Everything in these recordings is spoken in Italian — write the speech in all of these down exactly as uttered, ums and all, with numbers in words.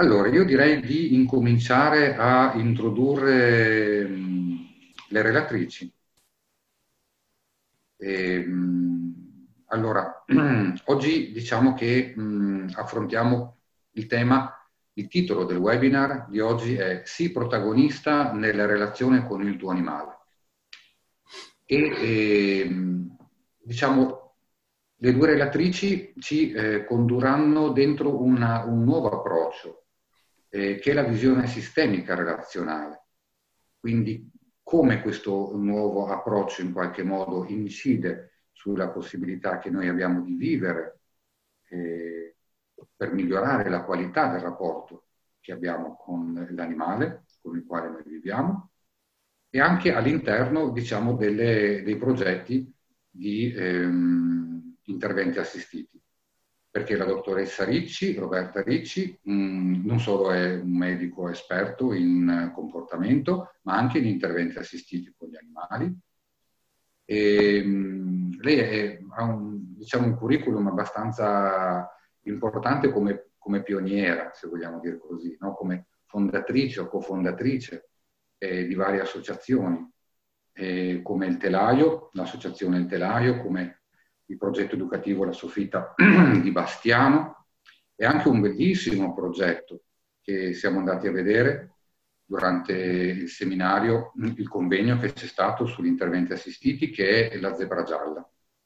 Allora, io direi di incominciare a introdurre mh, le relatrici. E, mh, allora, oggi diciamo che mh, affrontiamo il tema, il titolo del webinar di oggi è Sii protagonista nella relazione con il tuo animale. E, e diciamo, le due relatrici ci eh, condurranno dentro una, un nuovo approccio, eh, che è la visione sistemica relazionale. Quindi come questo nuovo approccio in qualche modo incide sulla possibilità che noi abbiamo di vivere eh, per migliorare la qualità del rapporto che abbiamo con l'animale con il quale noi viviamo, e anche all'interno, diciamo, delle, dei progetti di ehm, interventi assistiti. Perché la dottoressa Ricci, Roberta Ricci, mh, non solo è un medico esperto in comportamento, ma anche in interventi assistiti con gli animali. E, mh, lei è, ha un, diciamo, un curriculum abbastanza importante come, come pioniera, se vogliamo dire così, no? Come fondatrice o cofondatrice eh, di varie associazioni, eh, come il Telaio, l'associazione Il Telaio, come il progetto educativo La Soffitta di Bastiano, e anche un bellissimo progetto che siamo andati a vedere durante il seminario, il convegno che c'è stato sugli interventi assistiti, che è la Zebra Gialla.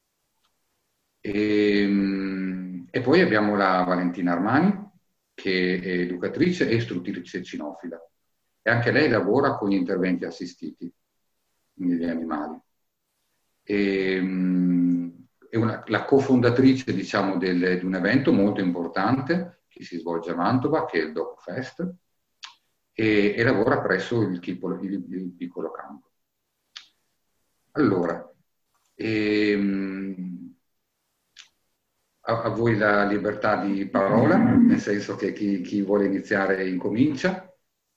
E, e poi abbiamo la Valentina Armani, che è educatrice e istruttrice cinofila. E anche lei lavora con gli interventi assistiti negli animali. E, è una, la cofondatrice, diciamo, del, di un evento molto importante che si svolge a Mantova, che è il Dog Fest, e, e lavora presso il, il, il, il piccolo campo. Allora, ehm, a, a voi la libertà di parola, nel senso che chi, chi vuole iniziare incomincia.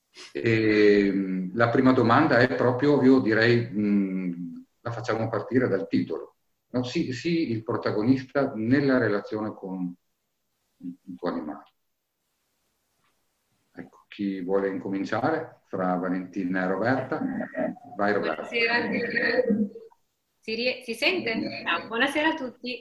E, la prima domanda è proprio, io direi, mh, la facciamo partire dal titolo. No? Sì, sì, il protagonista nella relazione con il tuo animale. Ecco, chi vuole incominciare? Fra Valentina e Roberta. Vai Roberta. Buonasera, si, si sente? Ah, buonasera a tutti.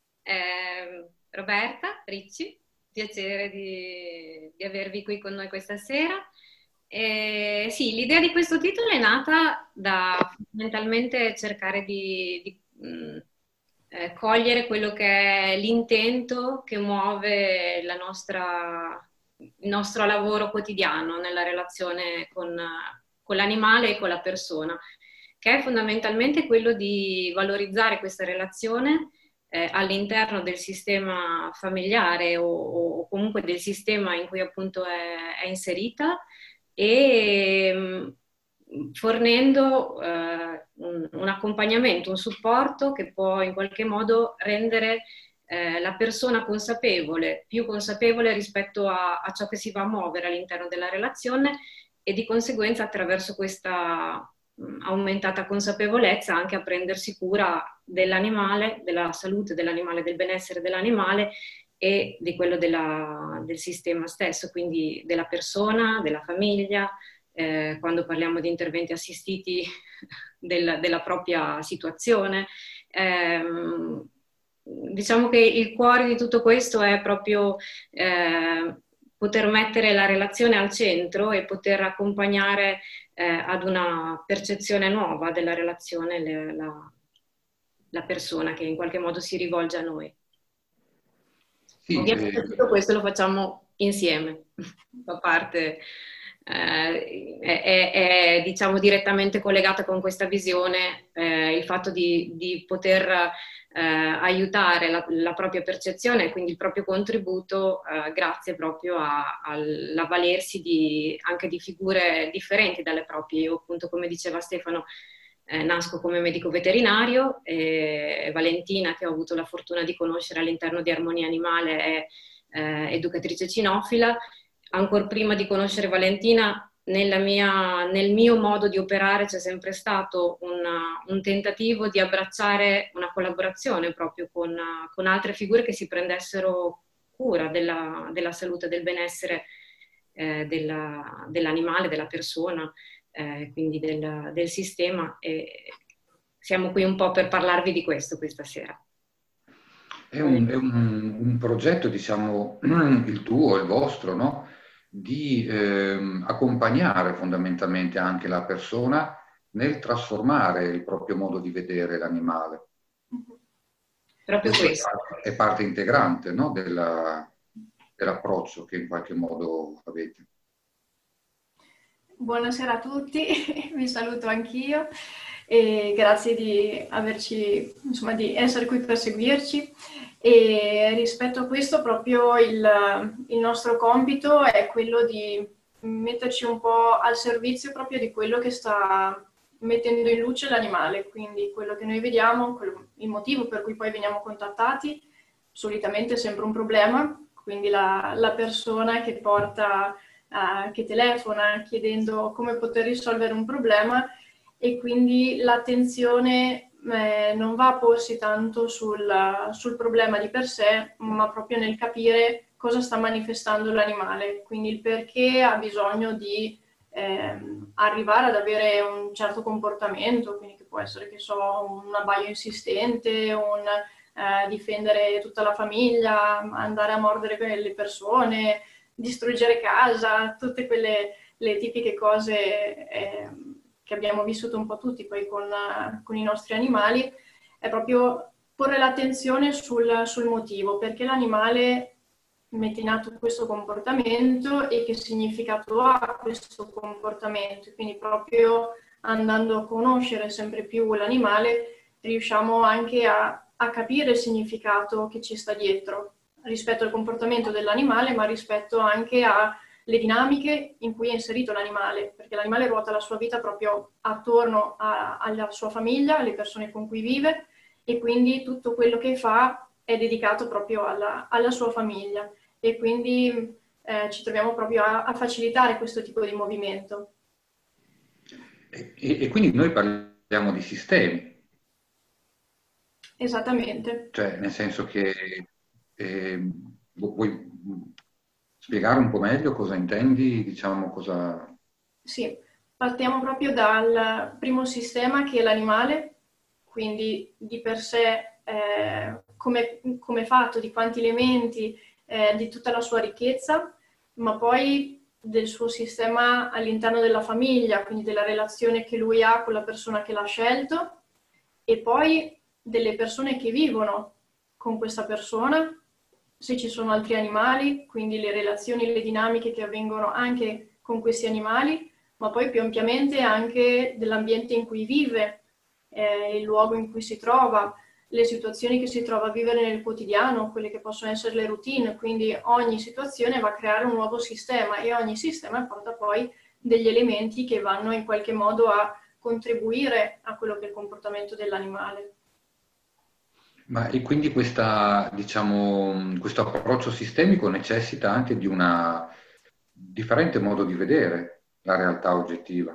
Eh, Roberta Ricci, piacere di, di avervi qui con noi questa sera. Eh, sì, l'idea di questo titolo è nata da fondamentalmente cercare di, di mh, eh, cogliere quello che è l'intento che muove la nostra, il nostro lavoro quotidiano nella relazione con, con l'animale e con la persona, che è fondamentalmente quello di valorizzare questa relazione eh, all'interno del sistema familiare o, o comunque del sistema in cui appunto è, è inserita, e mh, fornendo eh, un, un accompagnamento, un supporto che può in qualche modo rendere eh, la persona consapevole, più consapevole rispetto a, a ciò che si va a muovere all'interno della relazione, e di conseguenza attraverso questa mh, aumentata consapevolezza anche a prendersi cura dell'animale, della salute dell'animale, del benessere dell'animale e di quello della, del sistema stesso, quindi della persona, della famiglia, eh, quando parliamo di interventi assistiti del, della propria situazione. Eh, diciamo che il cuore di tutto questo è proprio eh, poter mettere la relazione al centro e poter accompagnare eh, ad una percezione nuova della relazione le, la, la persona che in qualche modo si rivolge a noi. Sì, Ovviamente eh, tutto questo lo facciamo insieme, fa parte, eh, è, è, è diciamo direttamente collegata con questa visione eh, il fatto di, di poter eh, aiutare la, la propria percezione e quindi il proprio contributo eh, grazie proprio all'avvalersi di, anche di figure differenti dalle proprie. Io appunto, come diceva Stefano, Eh, nasco come medico veterinario, e Valentina, che ho avuto la fortuna di conoscere all'interno di Armonia Animale, è eh, educatrice cinofila. Ancora prima di conoscere Valentina, nella mia, nel mio modo di operare c'è sempre stato una, un tentativo di abbracciare una collaborazione proprio con, con altre figure che si prendessero cura della, della salute e del benessere eh, della, dell'animale, della persona, eh, quindi del, del sistema. E siamo qui un po' per parlarvi di questo questa sera. È un, è un- un progetto, diciamo, il tuo, il vostro, no? Di ehm, accompagnare fondamentalmente anche la persona nel trasformare il proprio modo di vedere l'animale. Proprio Questo è questo. parte, è parte integrante, no? Della- dell'approccio che in qualche modo avete. Buonasera a tutti, vi saluto anch'io e grazie di averci, insomma, di essere qui per seguirci. E rispetto a questo, proprio il, il nostro compito è quello di metterci un po' al servizio proprio di quello che sta mettendo in luce l'animale, quindi quello che noi vediamo, quello- il motivo per cui poi veniamo contattati, solitamente è sempre un problema, quindi la, la persona che porta eh, che telefona chiedendo come poter risolvere un problema, e quindi l'attenzione eh, non va a porsi tanto sul, sul problema di per sé, ma proprio nel capire cosa sta manifestando l'animale, quindi il perché ha bisogno di ehm, arrivare ad avere un certo comportamento, quindi che può essere, che so, un abbaio insistente, un eh, difendere tutta la famiglia, andare a mordere le persone, distruggere casa, tutte quelle le tipiche cose eh, che abbiamo vissuto un po' tutti poi con, con i nostri animali. È proprio porre l'attenzione sul, sul motivo, perché l'animale mette in atto questo comportamento e che significato ha questo comportamento. Quindi proprio andando a conoscere sempre più l'animale riusciamo anche a, a capire il significato che ci sta dietro rispetto al comportamento dell'animale, ma rispetto anche alle dinamiche in cui è inserito l'animale, perché l'animale ruota la sua vita proprio attorno a, alla sua famiglia, alle persone con cui vive, e quindi tutto quello che fa è dedicato proprio alla, alla sua famiglia, e quindi eh, ci troviamo proprio a, a facilitare questo tipo di movimento. E, e- e quindi noi parliamo di sistemi, Esattamente. cioè nel senso che eh, vu- vuoi spiegare un po' meglio cosa intendi, diciamo cosa... Sì, partiamo proprio dal primo sistema che è l'animale, quindi di per sé eh, come, come è fatto, di quanti elementi, eh, di tutta la sua ricchezza, ma poi del suo sistema all'interno della famiglia, quindi della relazione che lui ha con la persona che l'ha scelto, e poi delle persone che vivono con questa persona, se ci sono altri animali, quindi le relazioni e le dinamiche che avvengono anche con questi animali, ma poi più ampiamente anche dell'ambiente in cui vive, eh, il luogo in cui si trova, le situazioni che si trova a vivere nel quotidiano, quelle che possono essere le routine, quindi ogni situazione va a creare un nuovo sistema e ogni sistema porta poi degli elementi che vanno in qualche modo a contribuire a quello che è il comportamento dell'animale. Ma e quindi questa, diciamo, questo approccio sistemico necessita anche di un differente modo di vedere la realtà oggettiva.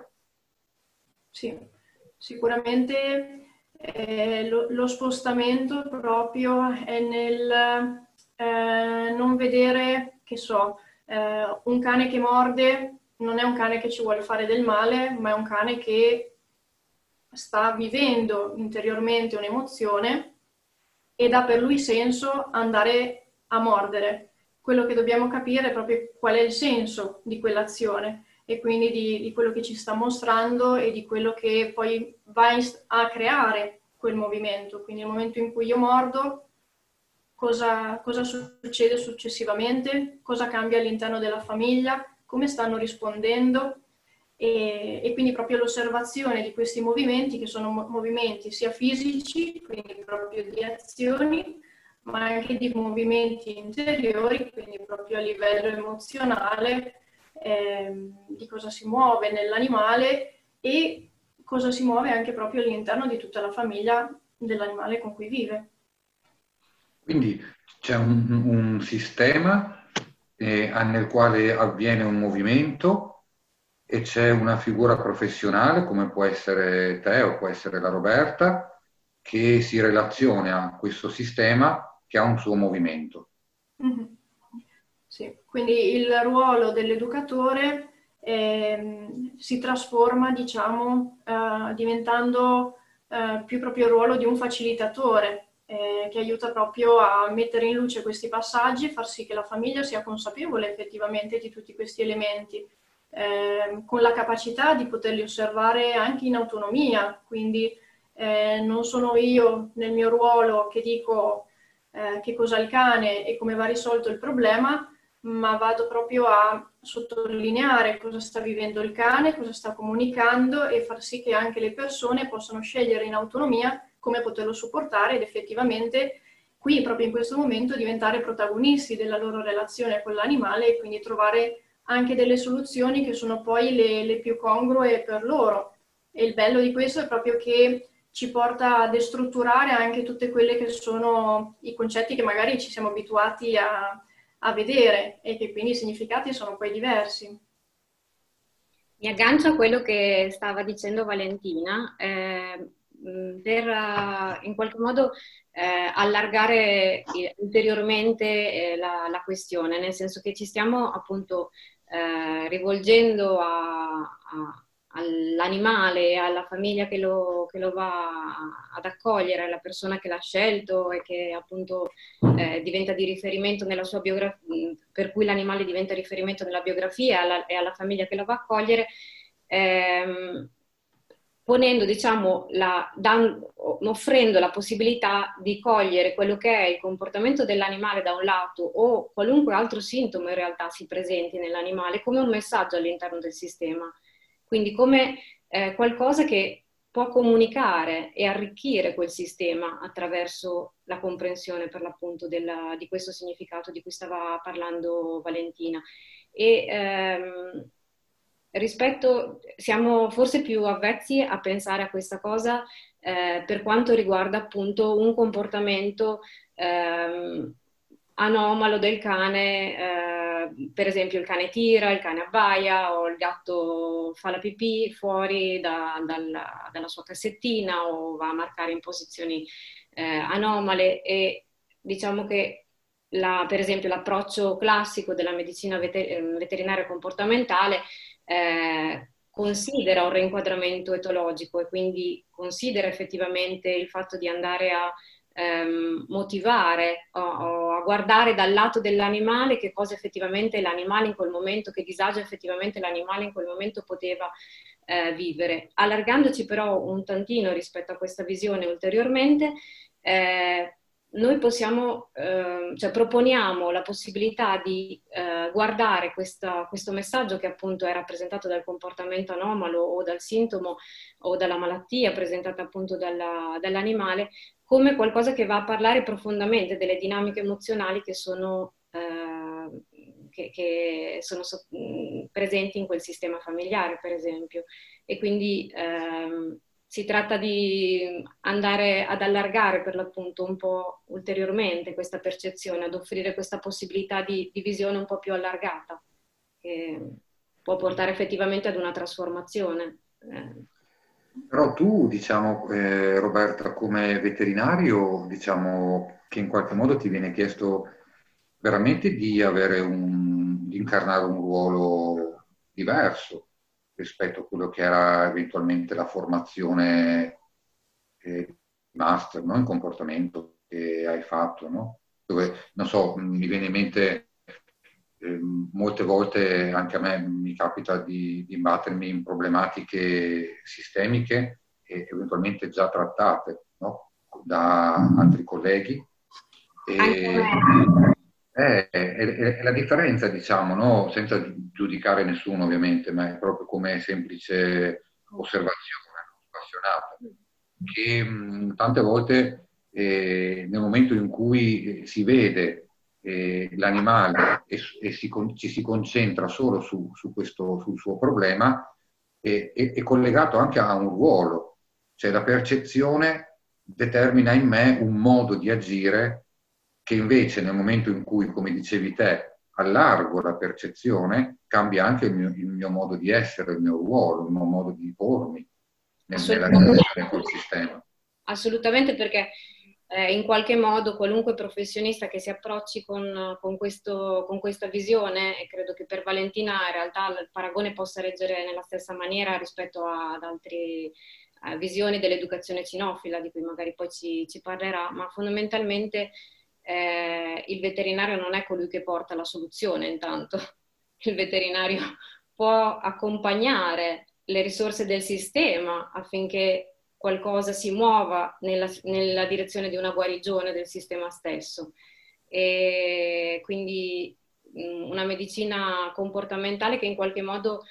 Sì, sicuramente eh, lo, lo spostamento proprio è nel eh, non vedere, che so, eh, un cane che morde non è un cane che ci vuole fare del male, ma è un cane che sta vivendo interiormente un'emozione ed ha per lui senso andare a mordere. Quello che dobbiamo capire è proprio qual è il senso di quell'azione, e quindi di, di quello che ci sta mostrando e di quello che poi va a creare quel movimento. Quindi nel momento in cui io mordo, cosa, cosa succede successivamente, cosa cambia all'interno della famiglia, come stanno rispondendo, e, e quindi proprio l'osservazione di questi movimenti, che sono movimenti sia fisici, quindi proprio di azioni, ma anche di movimenti interiori, quindi proprio a livello emozionale, ehm, di cosa si muove nell'animale e cosa si muove anche proprio all'interno di tutta la famiglia dell'animale con cui vive. Quindi c'è un, un sistema eh, nel quale avviene un movimento e c'è una figura professionale, come può essere te o può essere la Roberta, che si relaziona a questo sistema che ha un suo movimento. Mm-hmm. Sì. Quindi il ruolo dell'educatore eh, si trasforma, diciamo, eh, diventando eh, più proprio il ruolo di un facilitatore eh, che aiuta proprio a mettere in luce questi passaggi e far sì che la famiglia sia consapevole effettivamente di tutti questi elementi, eh, con la capacità di poterli osservare anche in autonomia. Quindi eh, non sono io nel mio ruolo che dico eh, che cos'ha il cane e come va risolto il problema, ma vado proprio a sottolineare cosa sta vivendo il cane, cosa sta comunicando e far sì che anche le persone possano scegliere in autonomia come poterlo supportare ed effettivamente qui, proprio in questo momento, diventare protagonisti della loro relazione con l'animale e quindi trovare anche delle soluzioni che sono poi le, le più congrue per loro. E il bello di questo è proprio che ci porta a destrutturare anche tutte quelle che sono i concetti che magari ci siamo abituati a a vedere e che quindi i significati sono poi diversi. Mi aggancio a quello che stava dicendo Valentina, eh, per uh, in qualche modo eh, allargare ulteriormente eh, la, la questione, nel senso che ci stiamo appunto eh, rivolgendo a, a, all'animale, alla famiglia che lo, che lo va ad accogliere, alla persona che l'ha scelto e che appunto eh, diventa di riferimento nella sua biografia, per cui l'animale diventa riferimento nella biografia e alla, e alla famiglia che lo va a accogliere, ehm, ponendo, diciamo, la, dan, offrendo la possibilità di cogliere quello che è il comportamento dell'animale da un lato o qualunque altro sintomo in realtà si presenti nell'animale come un messaggio all'interno del sistema. Quindi come eh, qualcosa che può comunicare e arricchire quel sistema attraverso la comprensione per l'appunto della, di questo significato di cui stava parlando Valentina. E ehm, rispetto, siamo forse più avvezzi a pensare a questa cosa eh, per quanto riguarda appunto un comportamento ehm, anomalo del cane, eh, per esempio il cane tira, il cane abbaia o il gatto fa la pipì fuori da, dalla, dalla sua cassettina o va a marcare in posizioni eh, anomale e diciamo che la, per esempio l'approccio classico della medicina veter- veterinaria comportamentale eh, considera un reinquadramento etologico e quindi considera effettivamente il fatto di andare a ehm, motivare o, o a guardare dal lato dell'animale che cosa effettivamente l'animale in quel momento, che disagio effettivamente l'animale in quel momento poteva eh, vivere. Allargandoci però un tantino rispetto a questa visione ulteriormente, eh, noi possiamo, eh, cioè proponiamo la possibilità di eh, guardare questa, questo messaggio che appunto è rappresentato dal comportamento anomalo o dal sintomo o dalla malattia presentata appunto dalla, dall'animale come qualcosa che va a parlare profondamente delle dinamiche emozionali che sono, eh, che, che sono so- presenti in quel sistema familiare, per esempio. E quindi ehm, si tratta di andare ad allargare per l'appunto un po' ulteriormente questa percezione, ad offrire questa possibilità di, di visione un po' più allargata, che può portare effettivamente ad una trasformazione. Eh. Però tu, diciamo, eh, Roberta, come veterinario, diciamo che in qualche modo ti viene chiesto veramente di avere un, di incarnare un ruolo diverso rispetto a quello che era eventualmente la formazione eh, master, no? In comportamento che hai fatto, no? Dove, non so, mi viene in mente eh, molte volte anche a me mi capita di, di imbattermi in problematiche sistemiche e eventualmente già trattate, no? Da altri colleghi. E, è, è, è la differenza, diciamo, no? Senza giudicare nessuno ovviamente, ma è proprio come semplice osservazione spassionata, che mh, tante volte eh, nel momento in cui eh, si vede eh, l'animale e, e si, ci si concentra solo su, su questo, sul suo problema, eh, è, è collegato anche a un ruolo, cioè la percezione determina in me un modo di agire che invece nel momento in cui, come dicevi te, allargo la percezione, cambia anche il mio, il mio modo di essere, il mio ruolo, il mio modo di pormi nel, nella relazione col sistema. Assolutamente, perché eh, in qualche modo qualunque professionista che si approcci con, con, questo, con questa visione, e credo che per Valentina in realtà il paragone possa reggere nella stessa maniera rispetto ad altre eh, visioni dell'educazione cinofila, di cui magari poi ci, ci parlerà, ma fondamentalmente eh, il veterinario non è colui che porta la soluzione intanto. Il veterinario può accompagnare le risorse del sistema affinché qualcosa si muova nella, nella direzione di una guarigione del sistema stesso. E quindi mh, una medicina comportamentale che in qualche modo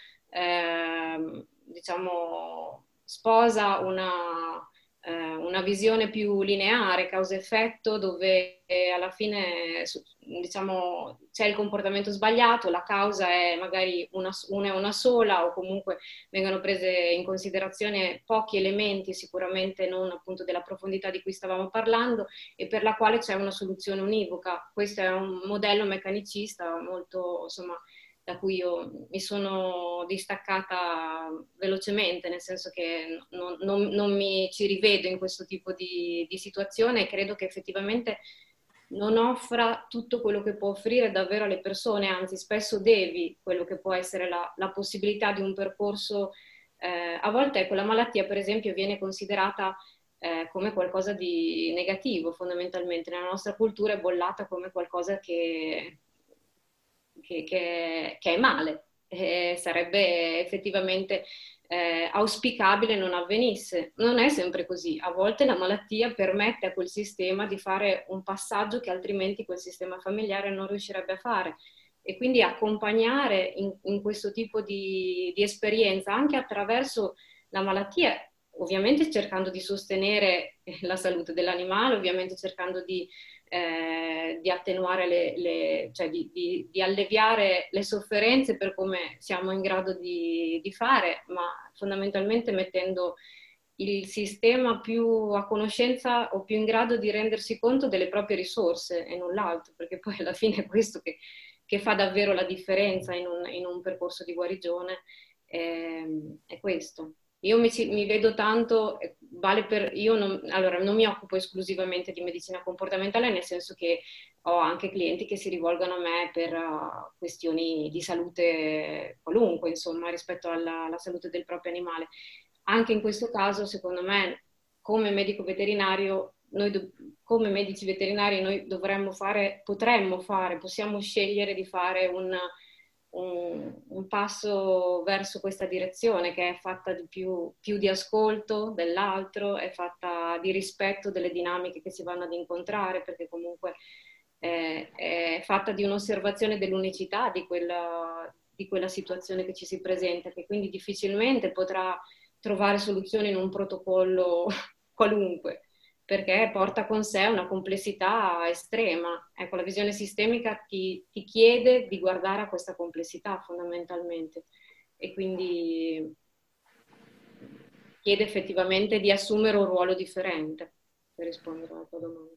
eh, diciamo, sposa una, eh, una visione più lineare, causa-effetto, dove alla fine diciamo, c'è il comportamento sbagliato, la causa è magari una, una e una sola, o comunque vengono prese in considerazione pochi elementi, sicuramente non appunto della profondità di cui stavamo parlando, e per la quale c'è una soluzione univoca. Questo è un modello meccanicista molto, insomma, da cui io mi sono distaccata velocemente, nel senso che non, non, non mi ci rivedo in questo tipo di, di situazione, e credo che effettivamente non offra tutto quello che può offrire davvero alle persone, anzi spesso devi quello che può essere la, la possibilità di un percorso. Eh, a volte ecco, la malattia per esempio viene considerata eh, come qualcosa di negativo, fondamentalmente nella nostra cultura è bollata come qualcosa che, che, che, che è male, e sarebbe effettivamente eh, auspicabile non avvenisse. Non è sempre così, a volte la malattia permette a quel sistema di fare un passaggio che altrimenti quel sistema familiare non riuscirebbe a fare, e quindi accompagnare in, in questo tipo di, di esperienza anche attraverso la malattia, ovviamente cercando di sostenere la salute dell'animale, ovviamente cercando di Eh, di attenuare le, le cioè di, di, di alleviare le sofferenze per come siamo in grado di, di fare, ma fondamentalmente mettendo il sistema più a conoscenza o più in grado di rendersi conto delle proprie risorse e null'altro, perché poi alla fine è questo che, che fa davvero la differenza in un, in un percorso di guarigione, eh, è questo. Io mi, mi vedo tanto, vale per, io non, allora, non mi occupo esclusivamente di medicina comportamentale, nel senso che ho anche clienti che si rivolgono a me per uh, questioni di salute qualunque, insomma, rispetto alla, alla salute del proprio animale. Anche in questo caso, secondo me, come medico veterinario, noi do, come medici veterinari noi dovremmo fare, potremmo fare, possiamo scegliere di fare un Un, un passo verso questa direzione, che è fatta di più, più di ascolto dell'altro, è fatta di rispetto delle dinamiche che si vanno ad incontrare, perché comunque è, è fatta di un'osservazione dell'unicità di quella, di quella situazione che ci si presenta, che quindi difficilmente potrà trovare soluzioni in un protocollo qualunque, perché porta con sé una complessità estrema. Ecco, la visione sistemica ti, ti chiede di guardare a questa complessità fondamentalmente, e quindi chiede effettivamente di assumere un ruolo differente, per rispondere alla tua domanda.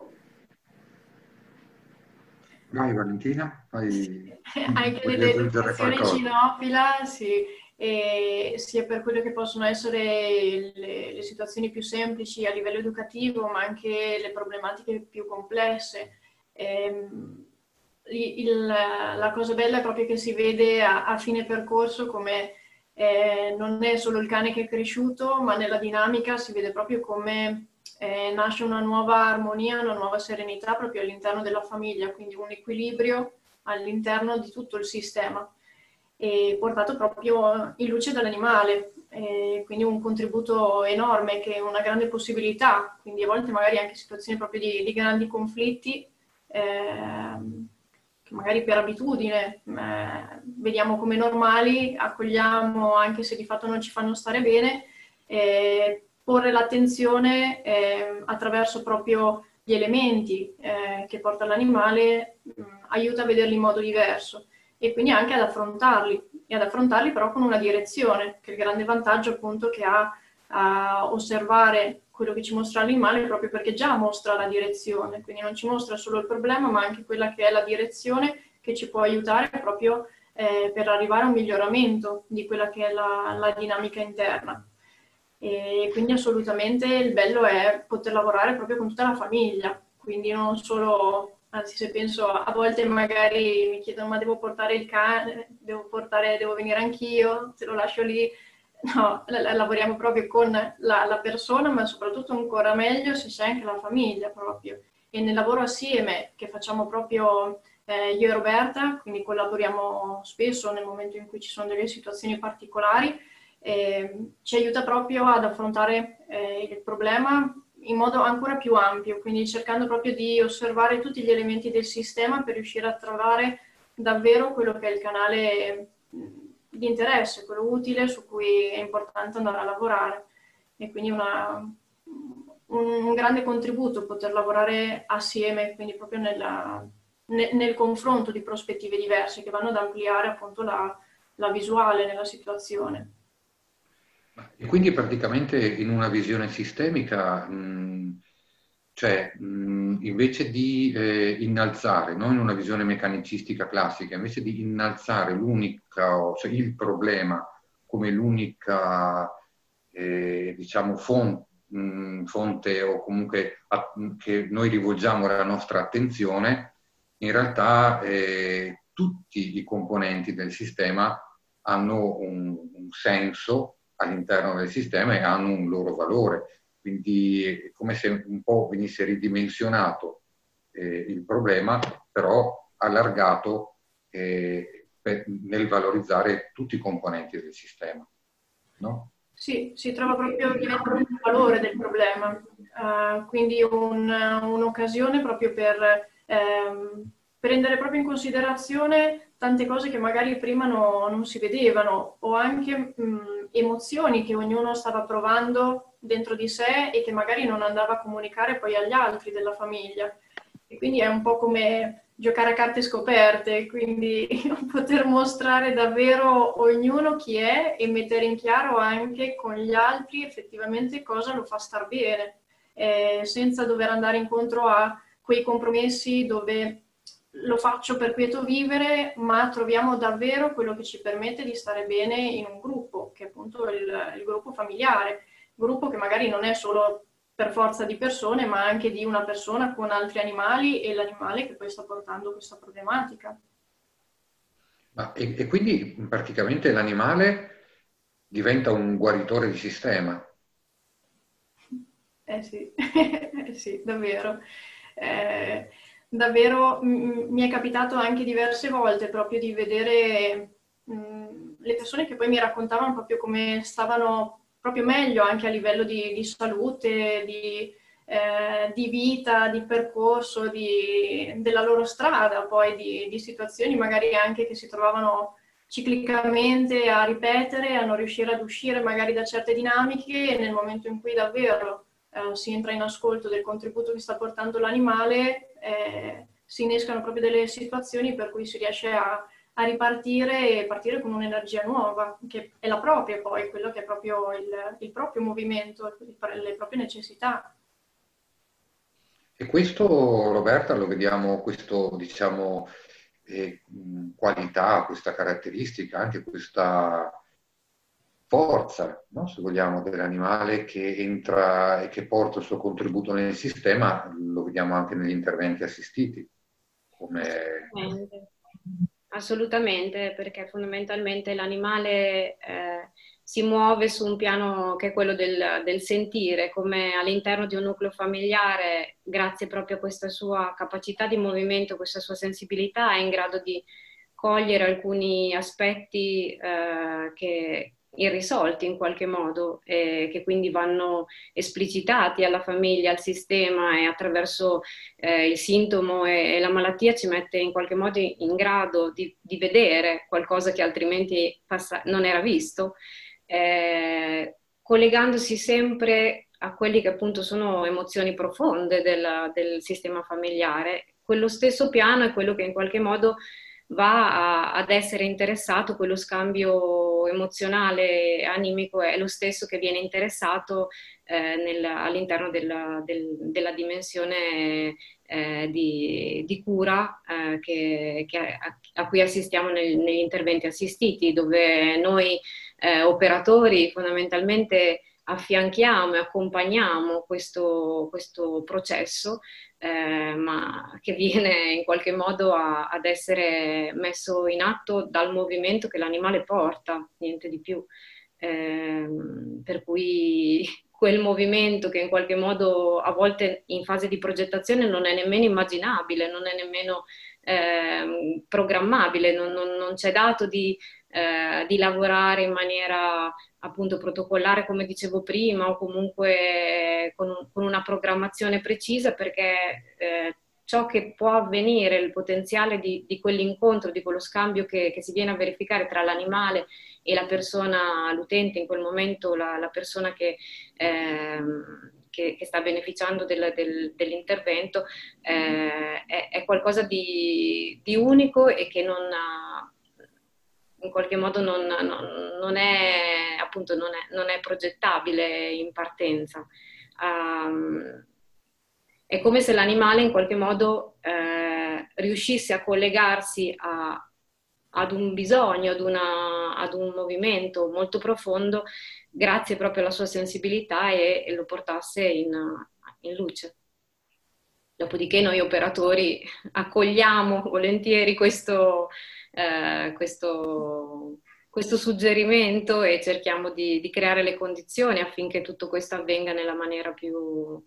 Vai Valentina, vai. Anche Vuoi nell'educazione cinofila, sì, e sia per quello che possono essere le, le situazioni più semplici a livello educativo, ma anche le problematiche più complesse. Ehm, il, la cosa bella è proprio che si vede a, a fine percorso come eh, non è solo il cane che è cresciuto, ma nella dinamica si vede proprio come eh, nasce una nuova armonia, una nuova serenità proprio all'interno della famiglia, quindi un equilibrio all'interno di tutto il sistema, e portato proprio in luce dall'animale, e quindi un contributo enorme, che è una grande possibilità, quindi a volte magari anche situazioni proprio di, di grandi conflitti, eh, che magari per abitudine eh, vediamo come normali, accogliamo anche se di fatto non ci fanno stare bene, eh, porre l'attenzione eh, attraverso proprio gli elementi eh, che porta l'animale mh, aiuta a vederli in modo diverso, e quindi anche ad affrontarli, e ad affrontarli però con una direzione, che è il grande vantaggio appunto che ha a osservare quello che ci mostra l'animale, proprio perché già mostra la direzione, quindi non ci mostra solo il problema, ma anche quella che è la direzione che ci può aiutare proprio eh, per arrivare a un miglioramento di quella che è la, la dinamica interna. E quindi assolutamente il bello è poter lavorare proprio con tutta la famiglia, quindi non solo, anzi se penso a volte magari mi chiedono ma devo portare il cane, devo portare, devo venire anch'io, te lo lascio lì. No, lavoriamo proprio con la, la persona, ma soprattutto ancora meglio se c'è anche la famiglia proprio. E nel lavoro assieme che facciamo proprio eh, io e Roberta, quindi collaboriamo spesso nel momento in cui ci sono delle situazioni particolari, eh, ci aiuta proprio ad affrontare eh, il problema in modo ancora più ampio, quindi cercando proprio di osservare tutti gli elementi del sistema per riuscire a trovare davvero quello che è il canale di interesse, quello utile su cui è importante andare a lavorare. E quindi una, un grande contributo poter lavorare assieme, quindi proprio nella, nel, nel confronto di prospettive diverse che vanno ad ampliare appunto la, la visuale nella situazione. E quindi praticamente in una visione sistemica, mh, cioè mh, invece di eh, innalzare, non in una visione mecanicistica classica, invece di innalzare l'unica, cioè il problema come l'unica eh, diciamo fonte, mh, fonte o comunque a, che noi rivolgiamo la nostra attenzione, in realtà eh, tutti i componenti del sistema hanno un, un senso all'interno del sistema e hanno un loro valore. Quindi è come se un po' venisse ridimensionato eh, il problema, però allargato eh, per, nel valorizzare tutti i componenti del sistema. No? Sì, si trova proprio il valore del problema, uh, quindi un, un'occasione proprio per ehm, prendere proprio in considerazione tante cose che magari prima no, non si vedevano, o anche mh, emozioni che ognuno stava provando dentro di sé e che magari non andava a comunicare poi agli altri della famiglia. E quindi è un po' come giocare a carte scoperte, quindi poter mostrare davvero ognuno chi è e mettere in chiaro anche con gli altri effettivamente cosa lo fa star bene, eh, senza dover andare incontro a quei compromessi dove lo faccio per quieto vivere, ma troviamo davvero quello che ci permette di stare bene in un gruppo, che è appunto il, il gruppo familiare, gruppo che magari non è solo per forza di persone, ma anche di una persona con altri animali e l'animale che poi sta portando questa problematica. Ma, e, e quindi praticamente l'animale diventa un guaritore di sistema. Eh sì, eh sì, davvero. Eh, davvero m- mi è capitato anche diverse volte proprio di vedere mh, le persone che poi mi raccontavano proprio come stavano proprio meglio anche a livello di, di salute, di, eh, di vita, di percorso, di, della loro strada, poi di, di situazioni magari anche che si trovavano ciclicamente a ripetere, a non riuscire ad uscire magari da certe dinamiche e nel momento in cui davvero eh, si entra in ascolto del contributo che sta portando l'animale, eh, si innescano proprio delle situazioni per cui si riesce a, a ripartire e partire con un'energia nuova, che è la propria poi, quello che è proprio il, il proprio movimento, le proprie necessità. E questo, Roberta, lo vediamo, questo, diciamo, eh, qualità, questa caratteristica, anche questa forza, no? Se vogliamo, dell'animale che entra e che porta il suo contributo nel sistema, lo vediamo anche negli interventi assistiti. Come... Assolutamente, perché fondamentalmente l'animale eh, si muove su un piano che è quello del, del sentire, come all'interno di un nucleo familiare, grazie proprio a questa sua capacità di movimento, questa sua sensibilità, è in grado di cogliere alcuni aspetti eh, che irrisolti in qualche modo, eh, che quindi vanno esplicitati alla famiglia, al sistema e attraverso eh, il sintomo e, e la malattia ci mette in qualche modo in grado di, di vedere qualcosa che altrimenti passa, non era visto, eh, collegandosi sempre a quelli che appunto sono emozioni profonde del, del sistema familiare. Quello stesso piano è quello che in qualche modo va a, ad essere interessato, quello scambio emozionale, animico è lo stesso che viene interessato eh, nel, all'interno della, del, della dimensione eh, di, di cura eh, che, che a, a cui assistiamo nel, negli interventi assistiti, dove noi eh, operatori fondamentalmente affianchiamo e accompagniamo questo, questo processo, eh, ma che viene in qualche modo a, ad essere messo in atto dal movimento che l'animale porta, niente di più. Eh, per cui quel movimento che in qualche modo a volte in fase di progettazione non è nemmeno immaginabile, non è nemmeno eh, programmabile, non, non, non c'è dato di, eh, di lavorare in maniera appunto protocollare, come dicevo prima, o comunque con, un, con una programmazione precisa, perché eh, ciò che può avvenire, il potenziale di, di quell'incontro, di quello scambio che, che si viene a verificare tra l'animale e la persona, l'utente, in quel momento la, la persona che, ehm, che, che sta beneficiando del, del, dell'intervento, eh, è, è qualcosa di, di unico e che non ha, in qualche modo non, non, non, è, appunto, non, è, non è progettabile in partenza. Um, è come se l'animale in qualche modo eh, riuscisse a collegarsi a, ad un bisogno, ad, una, ad un movimento molto profondo, grazie proprio alla sua sensibilità, e, e lo portasse in, in luce. Dopodiché noi operatori accogliamo volentieri questo, eh, questo, questo suggerimento e cerchiamo di, di creare le condizioni affinché tutto questo avvenga nella maniera più,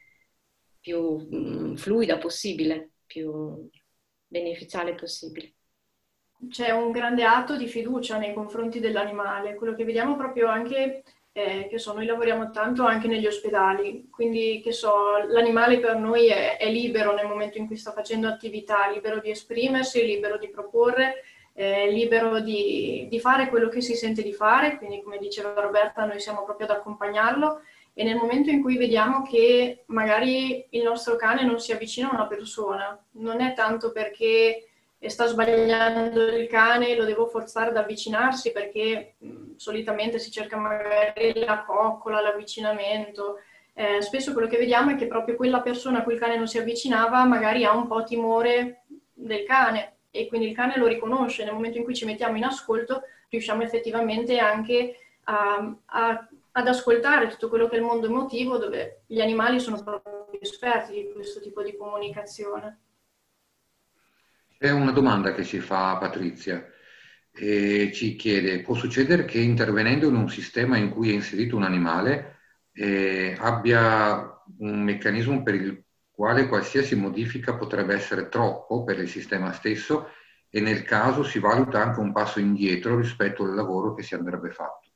più mh, fluida possibile, più beneficiale possibile. C'è un grande atto di fiducia nei confronti dell'animale, quello che vediamo proprio anche, eh, che so, noi lavoriamo tanto anche negli ospedali, quindi che so, l'animale per noi è, è libero nel momento in cui sta facendo attività, libero di esprimersi, libero di proporre, eh, libero di, di fare quello che si sente di fare, quindi come diceva Roberta noi siamo proprio ad accompagnarlo, e nel momento in cui vediamo che magari il nostro cane non si avvicina a una persona, non è tanto perché sta sbagliando il cane, lo devo forzare ad avvicinarsi, perché mh, solitamente si cerca magari la coccola, l'avvicinamento. Eh, spesso quello che vediamo è che proprio quella persona a cui il cane non si avvicinava magari ha un po' timore del cane, e quindi il cane lo riconosce. Nel momento in cui ci mettiamo in ascolto riusciamo effettivamente anche a, a, ad ascoltare tutto quello che è il mondo emotivo, dove gli animali sono proprio esperti di questo tipo di comunicazione. È una domanda che ci fa Patrizia e ci chiede: può succedere che intervenendo in un sistema in cui è inserito un animale eh, abbia un meccanismo per il quale qualsiasi modifica potrebbe essere troppo per il sistema stesso, e nel caso si valuta anche un passo indietro rispetto al lavoro che si andrebbe fatto?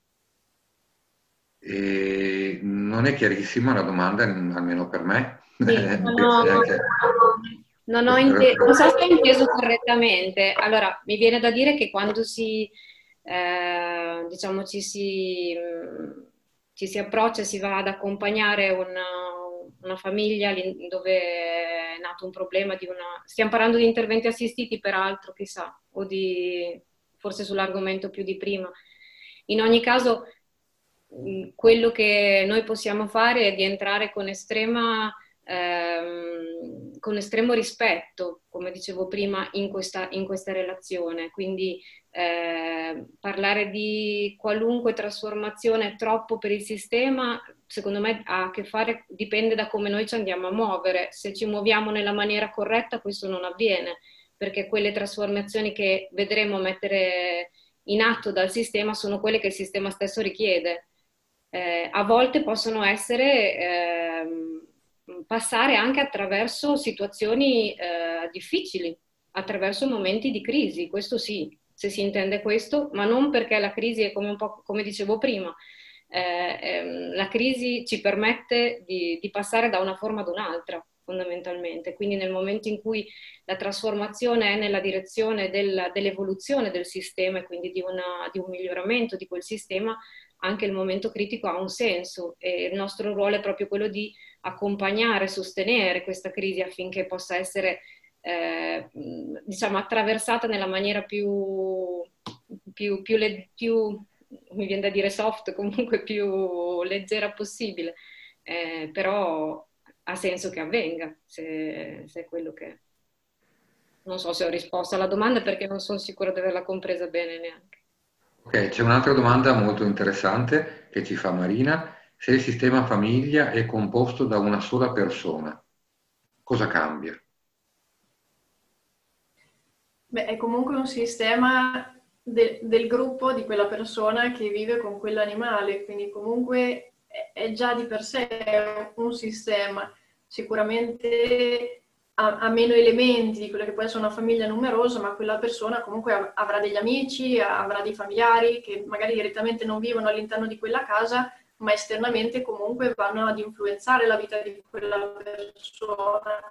E non è chiarissima la domanda, almeno per me. Sì, no, no, no. Non, ho inte- non so se ho inteso correttamente. Allora, mi viene da dire che quando si, eh, diciamo, ci si, ci si approccia, si va ad accompagnare una, una famiglia dove è nato un problema di una... Stiamo parlando di interventi assistiti, peraltro, chissà, o di forse sull'argomento più di prima. In ogni caso, quello che noi possiamo fare è di entrare con estrema... Ehm, con estremo rispetto, come dicevo prima, in questa, in questa relazione. Quindi eh, parlare di qualunque trasformazione troppo per il sistema, secondo me ha a che fare, dipende da come noi ci andiamo a muovere. Se ci muoviamo nella maniera corretta, questo non avviene, perché quelle trasformazioni che vedremo mettere in atto dal sistema sono quelle che il sistema stesso richiede. Eh, a volte possono essere... Ehm, passare anche attraverso situazioni eh, difficili, attraverso momenti di crisi, questo sì, se si intende questo, ma non perché la crisi è come un po' come dicevo prima, eh, ehm, la crisi ci permette di, di passare da una forma ad un'altra, fondamentalmente. Quindi nel momento in cui la trasformazione è nella direzione del, dell'evoluzione del sistema e quindi di, una, di un miglioramento di quel sistema, anche il momento critico ha un senso, e il nostro ruolo è proprio quello di accompagnare, sostenere questa crisi affinché possa essere eh, diciamo attraversata nella maniera più, più, più, più, mi viene da dire soft, comunque più leggera possibile, eh, però ha senso che avvenga, se, se è quello che... Non so se ho risposto alla domanda, perché non sono sicura di averla compresa bene neanche. Ok, c'è un'altra domanda molto interessante che ci fa Marina. Se il sistema famiglia è composto da una sola persona, cosa cambia? Beh, è comunque un sistema de- del gruppo di quella persona che vive con quell'animale, quindi comunque è, è già di per sé un sistema. Sicuramente ha, ha meno elementi di quella che può essere una famiglia numerosa, ma quella persona comunque av- avrà degli amici, avrà dei familiari che magari direttamente non vivono all'interno di quella casa, ma esternamente comunque vanno ad influenzare la vita di quella persona.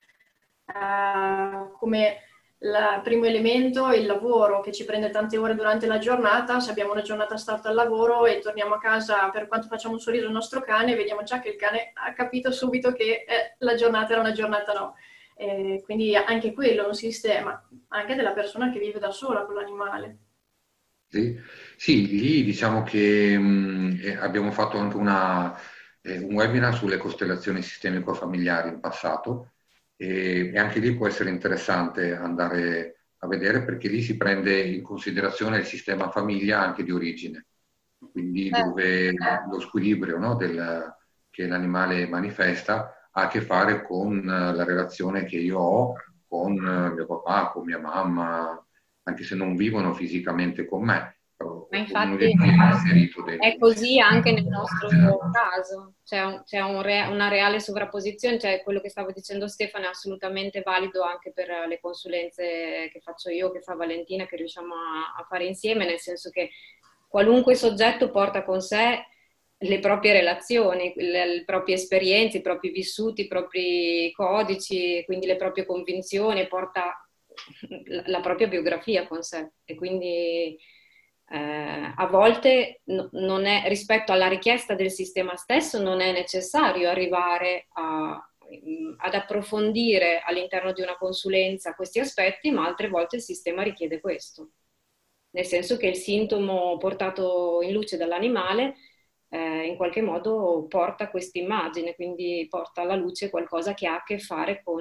Uh, come il primo elemento è il lavoro, che ci prende tante ore durante la giornata. Se abbiamo una giornata start al lavoro e torniamo a casa, per quanto facciamo un sorriso al nostro cane, vediamo già che il cane ha capito subito che eh, la giornata era una giornata no. Eh, quindi anche quello è un sistema, anche della persona che vive da sola con l'animale. Sì, sì, lì diciamo che mh, eh, abbiamo fatto anche una, eh, un webinar sulle costellazioni sistemico-familiari in passato, e, e anche lì può essere interessante andare a vedere, perché lì si prende in considerazione il sistema famiglia anche di origine, quindi dove lo squilibrio, no, del, che l'animale manifesta ha a che fare con la relazione che io ho con mio papà, con mia mamma, anche se non vivono fisicamente con me, però Ma ognuno di infatti noi è inserito è dentro. così anche nel nostro caso, c'è, un, c'è un re, una reale sovrapposizione, cioè quello che stavo dicendo Stefano è assolutamente valido anche per le consulenze che faccio io, che fa Valentina, che riusciamo a, a fare insieme, nel senso che qualunque soggetto porta con sé le proprie relazioni, le, le proprie esperienze, i propri vissuti, i propri codici, quindi le proprie convinzioni, porta la, la propria biografia con sé e quindi eh, a volte no, non è, rispetto alla richiesta del sistema stesso non è necessario arrivare a, ad approfondire all'interno di una consulenza questi aspetti, ma altre volte il sistema richiede questo, nel senso che il sintomo portato in luce dall'animale eh, in qualche modo porta questa immagine, quindi porta alla luce qualcosa che ha a che fare con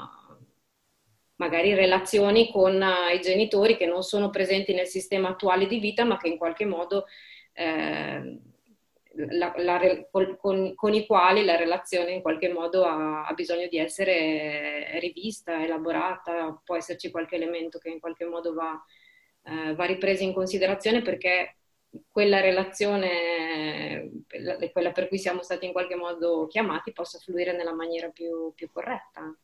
magari relazioni con uh, i genitori che non sono presenti nel sistema attuale di vita, ma che in qualche modo eh, la, la, con, con i quali la relazione in qualche modo ha, ha bisogno di essere rivista, elaborata, può esserci qualche elemento che in qualche modo va, eh, va ripreso in considerazione perché quella relazione, quella per cui siamo stati in qualche modo chiamati, possa fluire nella maniera più, più corretta.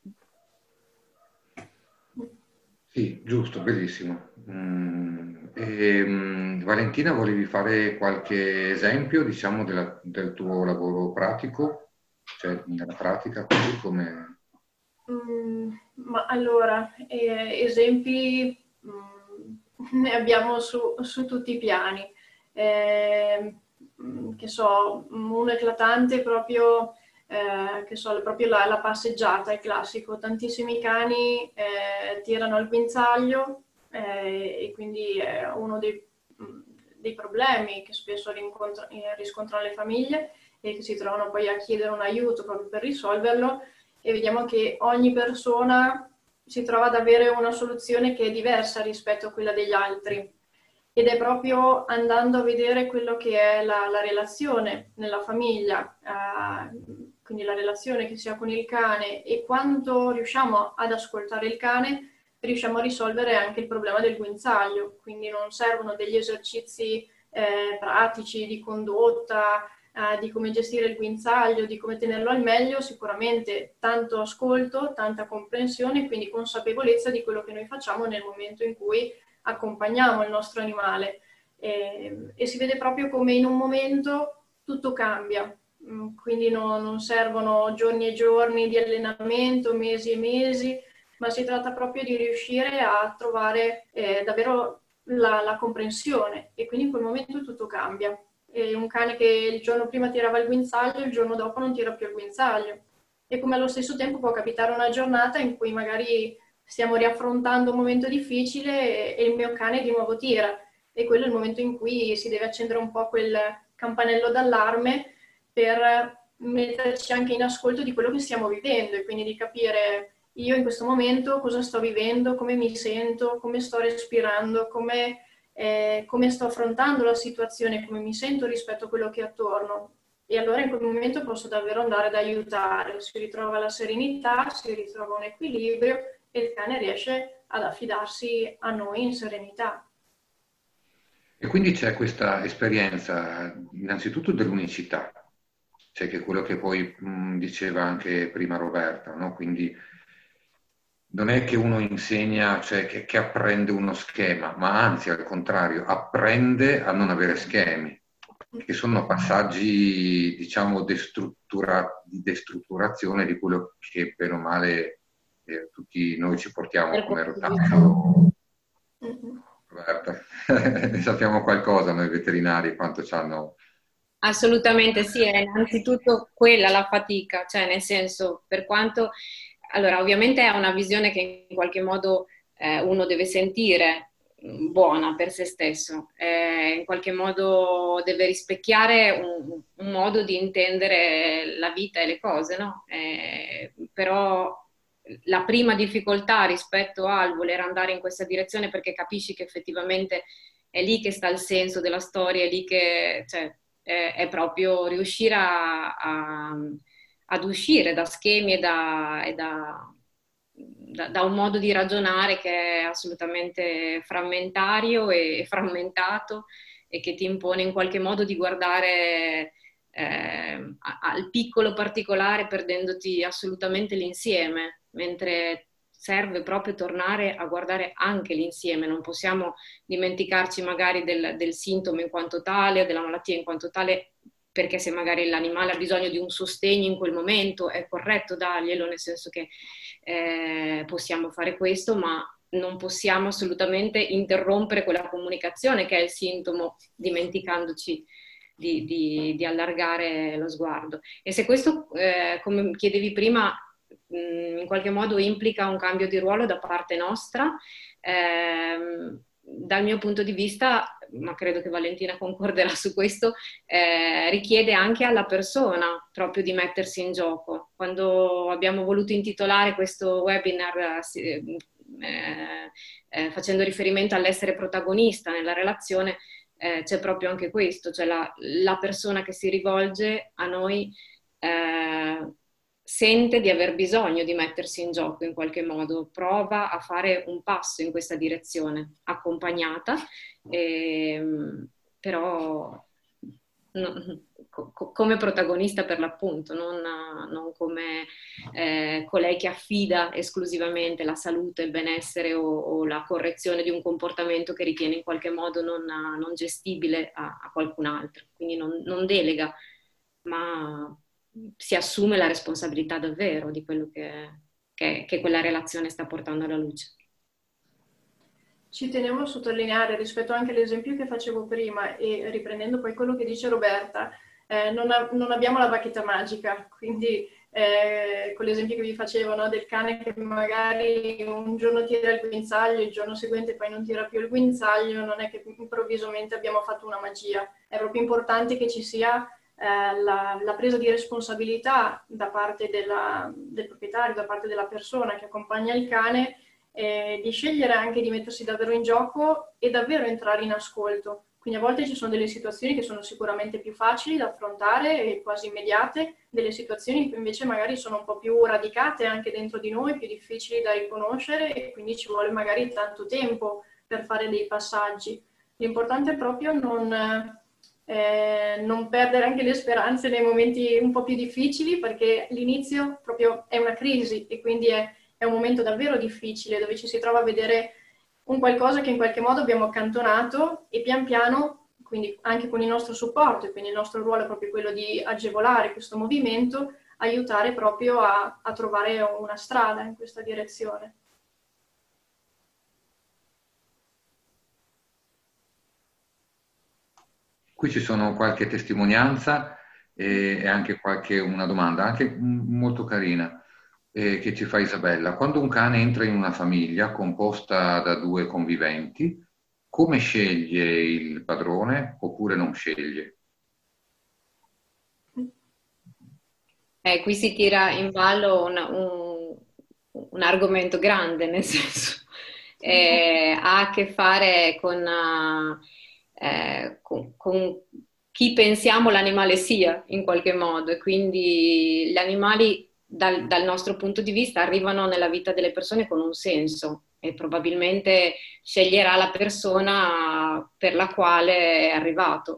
Sì, giusto, bellissimo. Mm, e, mm, Valentina, volevi fare qualche esempio, diciamo, della- del tuo lavoro pratico? Cioè, nella pratica, così come... Mm, ma allora, eh, esempi mm, ne abbiamo su, su tutti i piani. Eh, mm, che so, un eclatante proprio, eh, che so, proprio la, la passeggiata, è classico. Tantissimi cani eh, tirano al guinzaglio eh, e quindi è uno dei, mm, dei problemi che spesso rincontra- eh, riscontrano le famiglie e che si trovano poi a chiedere un aiuto proprio per risolverlo. E vediamo che ogni persona si trova ad avere una soluzione che è diversa rispetto a quella degli altri. Ed è proprio andando a vedere quello che è la, la relazione nella famiglia, eh, quindi la relazione che si ha con il cane, e quando riusciamo ad ascoltare il cane, riusciamo a risolvere anche il problema del guinzaglio. Quindi non servono degli esercizi eh, pratici di condotta, Uh, di come gestire il guinzaglio, di come tenerlo al meglio, sicuramente tanto ascolto, tanta comprensione, quindi consapevolezza di quello che noi facciamo nel momento in cui accompagniamo il nostro animale. E, e si vede proprio come in un momento tutto cambia, quindi no, non servono giorni e giorni di allenamento, mesi e mesi, ma si tratta proprio di riuscire a trovare eh, davvero la, la comprensione e quindi in quel momento tutto cambia. E un cane che il giorno prima tirava il guinzaglio, il giorno dopo non tira più il guinzaglio. E come allo stesso tempo può capitare una giornata in cui magari stiamo riaffrontando un momento difficile e il mio cane di nuovo tira. E quello è il momento in cui si deve accendere un po' quel campanello d'allarme per metterci anche in ascolto di quello che stiamo vivendo e quindi di capire io in questo momento cosa sto vivendo, come mi sento, come sto respirando, come eh, come sto affrontando la situazione, come mi sento rispetto a quello che è attorno. E allora in quel momento posso davvero andare ad aiutare, si ritrova la serenità, si ritrova un equilibrio e il cane riesce ad affidarsi a noi in serenità. E quindi c'è questa esperienza innanzitutto dell'unicità, cioè che è quello che poi mh, diceva anche prima Roberta, no? Quindi non è che uno insegna, cioè che, che apprende uno schema, ma anzi al contrario, apprende a non avere schemi, che sono passaggi, diciamo, destruttura, di destrutturazione di quello che bene o male eh, tutti noi ci portiamo come rotaggio. Roberta, ne sappiamo qualcosa noi veterinari, quanto ci hanno... Assolutamente sì, è innanzitutto quella la fatica, cioè nel senso, per quanto... Allora, ovviamente è una visione che in qualche modo eh, uno deve sentire mh, buona per se stesso, eh, in qualche modo deve rispecchiare un, un modo di intendere la vita e le cose, no? Eh, però la prima difficoltà rispetto al voler andare in questa direzione, perché capisci che effettivamente è lì che sta il senso della storia, è lì che... Cioè, è, è proprio riuscire a... a ad uscire da schemi e, da, e da, da, da un modo di ragionare che è assolutamente frammentario e, e frammentato e che ti impone in qualche modo di guardare eh, al piccolo particolare perdendoti assolutamente l'insieme, mentre serve proprio tornare a guardare anche l'insieme, non possiamo dimenticarci magari del, del sintomo in quanto tale o della malattia in quanto tale, perché se magari l'animale ha bisogno di un sostegno in quel momento è corretto darglielo, nel senso che eh, possiamo fare questo, ma non possiamo assolutamente interrompere quella comunicazione che è il sintomo, dimenticandoci di, di, di allargare lo sguardo. E se questo, eh, come chiedevi prima, mh, in qualche modo implica un cambio di ruolo da parte nostra, ehm, dal mio punto di vista, ma credo che Valentina concorderà su questo, eh, richiede anche alla persona proprio di mettersi in gioco. Quando abbiamo voluto intitolare questo webinar eh, eh, facendo riferimento all'essere protagonista nella relazione, eh, c'è proprio anche questo, cioè la, la persona che si rivolge a noi eh, sente di aver bisogno di mettersi in gioco in qualche modo, prova a fare un passo in questa direzione, accompagnata, ehm, però no, co- come protagonista per l'appunto, non, non come eh, colei che affida esclusivamente la salute, il benessere o, o la correzione di un comportamento che ritiene in qualche modo non, non gestibile a, a qualcun altro, quindi non, non delega, ma si assume la responsabilità davvero di quello che, che, che quella relazione sta portando alla luce. Ci tenevo a sottolineare rispetto anche all'esempio che facevo prima e riprendendo poi quello che dice Roberta, eh, non, ha, non abbiamo la bacchetta magica, quindi eh, con l'esempio che vi facevo, no, del cane che magari un giorno tira il guinzaglio, il giorno seguente poi non tira più il guinzaglio, non è che improvvisamente abbiamo fatto una magia, è proprio importante che ci sia Eh, la, la presa di responsabilità da parte della, del proprietario, da parte della persona che accompagna il cane, eh, di scegliere anche di mettersi davvero in gioco e davvero entrare in ascolto. Quindi a volte ci sono delle situazioni che sono sicuramente più facili da affrontare e quasi immediate, delle situazioni che invece magari sono un po' più radicate anche dentro di noi, più difficili da riconoscere e quindi ci vuole magari tanto tempo per fare dei passaggi. L'importante è proprio non... Eh, non perdere anche le speranze nei momenti un po' più difficili, perché l'inizio proprio è una crisi e quindi è, è un momento davvero difficile dove ci si trova a vedere un qualcosa che in qualche modo abbiamo accantonato e pian piano, quindi anche con il nostro supporto, e quindi il nostro ruolo è proprio quello di agevolare questo movimento, aiutare proprio a, a trovare una strada in questa direzione. Qui ci sono qualche testimonianza e, e anche qualche, una domanda, anche molto carina, eh, che ci fa Isabella. Quando un cane entra in una famiglia composta da due conviventi, come sceglie il padrone oppure non sceglie? Eh, qui si tira in ballo un, un, un argomento grande, nel senso... eh, ha a che fare con, eh, con, con chi pensiamo l'animale sia in qualche modo, e quindi gli animali dal, dal nostro punto di vista arrivano nella vita delle persone con un senso, e probabilmente sceglierà la persona per la quale è arrivato.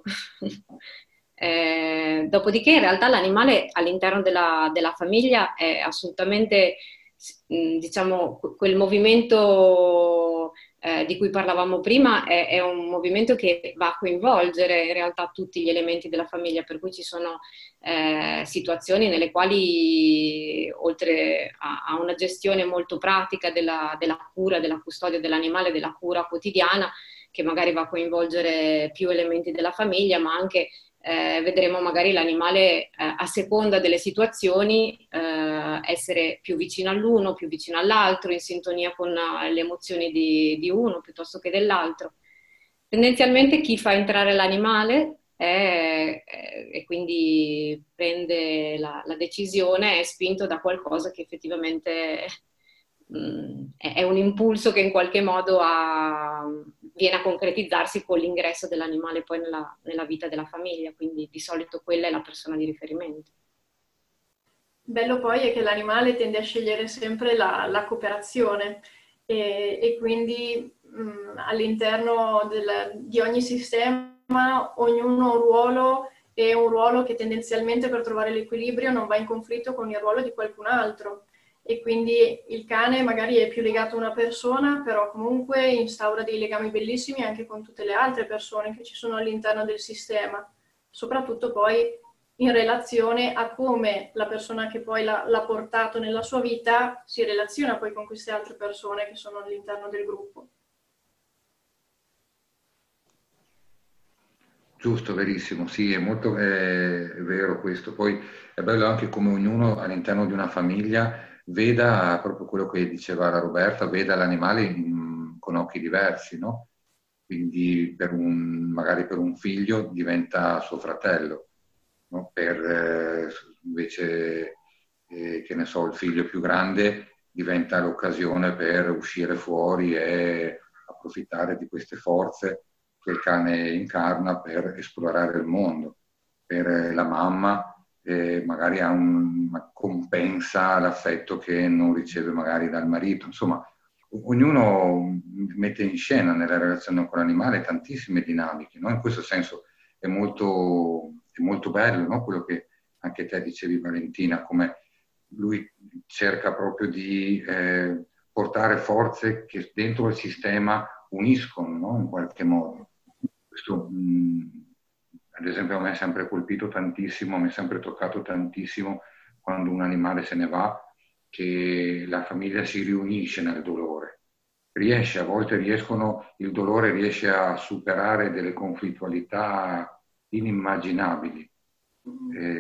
Eh, dopodiché in realtà l'animale all'interno della, della famiglia è assolutamente, diciamo, quel movimento eh, di cui parlavamo prima è, è un movimento che va a coinvolgere in realtà tutti gli elementi della famiglia, per cui ci sono eh, situazioni nelle quali, oltre a, a una gestione molto pratica della, della cura, della custodia dell'animale, della cura quotidiana, che magari va a coinvolgere più elementi della famiglia, ma anche eh, vedremo magari l'animale eh, a seconda delle situazioni eh, essere più vicino all'uno, più vicino all'altro, in sintonia con uh, le emozioni di, di uno piuttosto che dell'altro. Tendenzialmente chi fa entrare l'animale è, è, e quindi prende la, la decisione è spinto da qualcosa che effettivamente mh, è, è un impulso che in qualche modo ha, viene a concretizzarsi con l'ingresso dell'animale poi nella, nella vita della famiglia, quindi di solito quella è la persona di riferimento. Bello poi è che l'animale tende a scegliere sempre la, la cooperazione e, e quindi mh, all'interno del, di ogni sistema ognuno ha un ruolo, e un ruolo che tendenzialmente per trovare l'equilibrio non va in conflitto con il ruolo di qualcun altro. E quindi il cane magari è più legato a una persona, però comunque instaura dei legami bellissimi anche con tutte le altre persone che ci sono all'interno del sistema, soprattutto poi in relazione a come la persona che poi l'ha, l'ha portato nella sua vita si relaziona poi con queste altre persone che sono all'interno del gruppo. Giusto, verissimo, sì, è molto è, è vero questo. Poi è bello anche come ognuno all'interno di una famiglia veda proprio quello che diceva la Roberta, veda l'animale in- con occhi diversi, no? Quindi per un, magari per un figlio diventa suo fratello, no? Per eh, invece, eh, che ne so, il figlio più grande diventa l'occasione per uscire fuori e approfittare di queste forze che il cane incarna per esplorare il mondo. Per la mamma eh, magari ha un, una compensa all'affetto che non riceve magari dal marito. Insomma, ognuno mette in scena nella relazione con l'animale tantissime dinamiche, no? In questo senso è molto, è molto bello, no? Quello che anche te dicevi, Valentina, come lui cerca proprio di eh, portare forze che dentro il sistema uniscono, no? In qualche modo. Questo, mh, ad esempio, a me è sempre colpito tantissimo, mi è sempre toccato tantissimo quando un animale se ne va, che la famiglia si riunisce nel dolore. Riesce, a volte riescono, il dolore riesce a superare delle conflittualità inimmaginabili. E,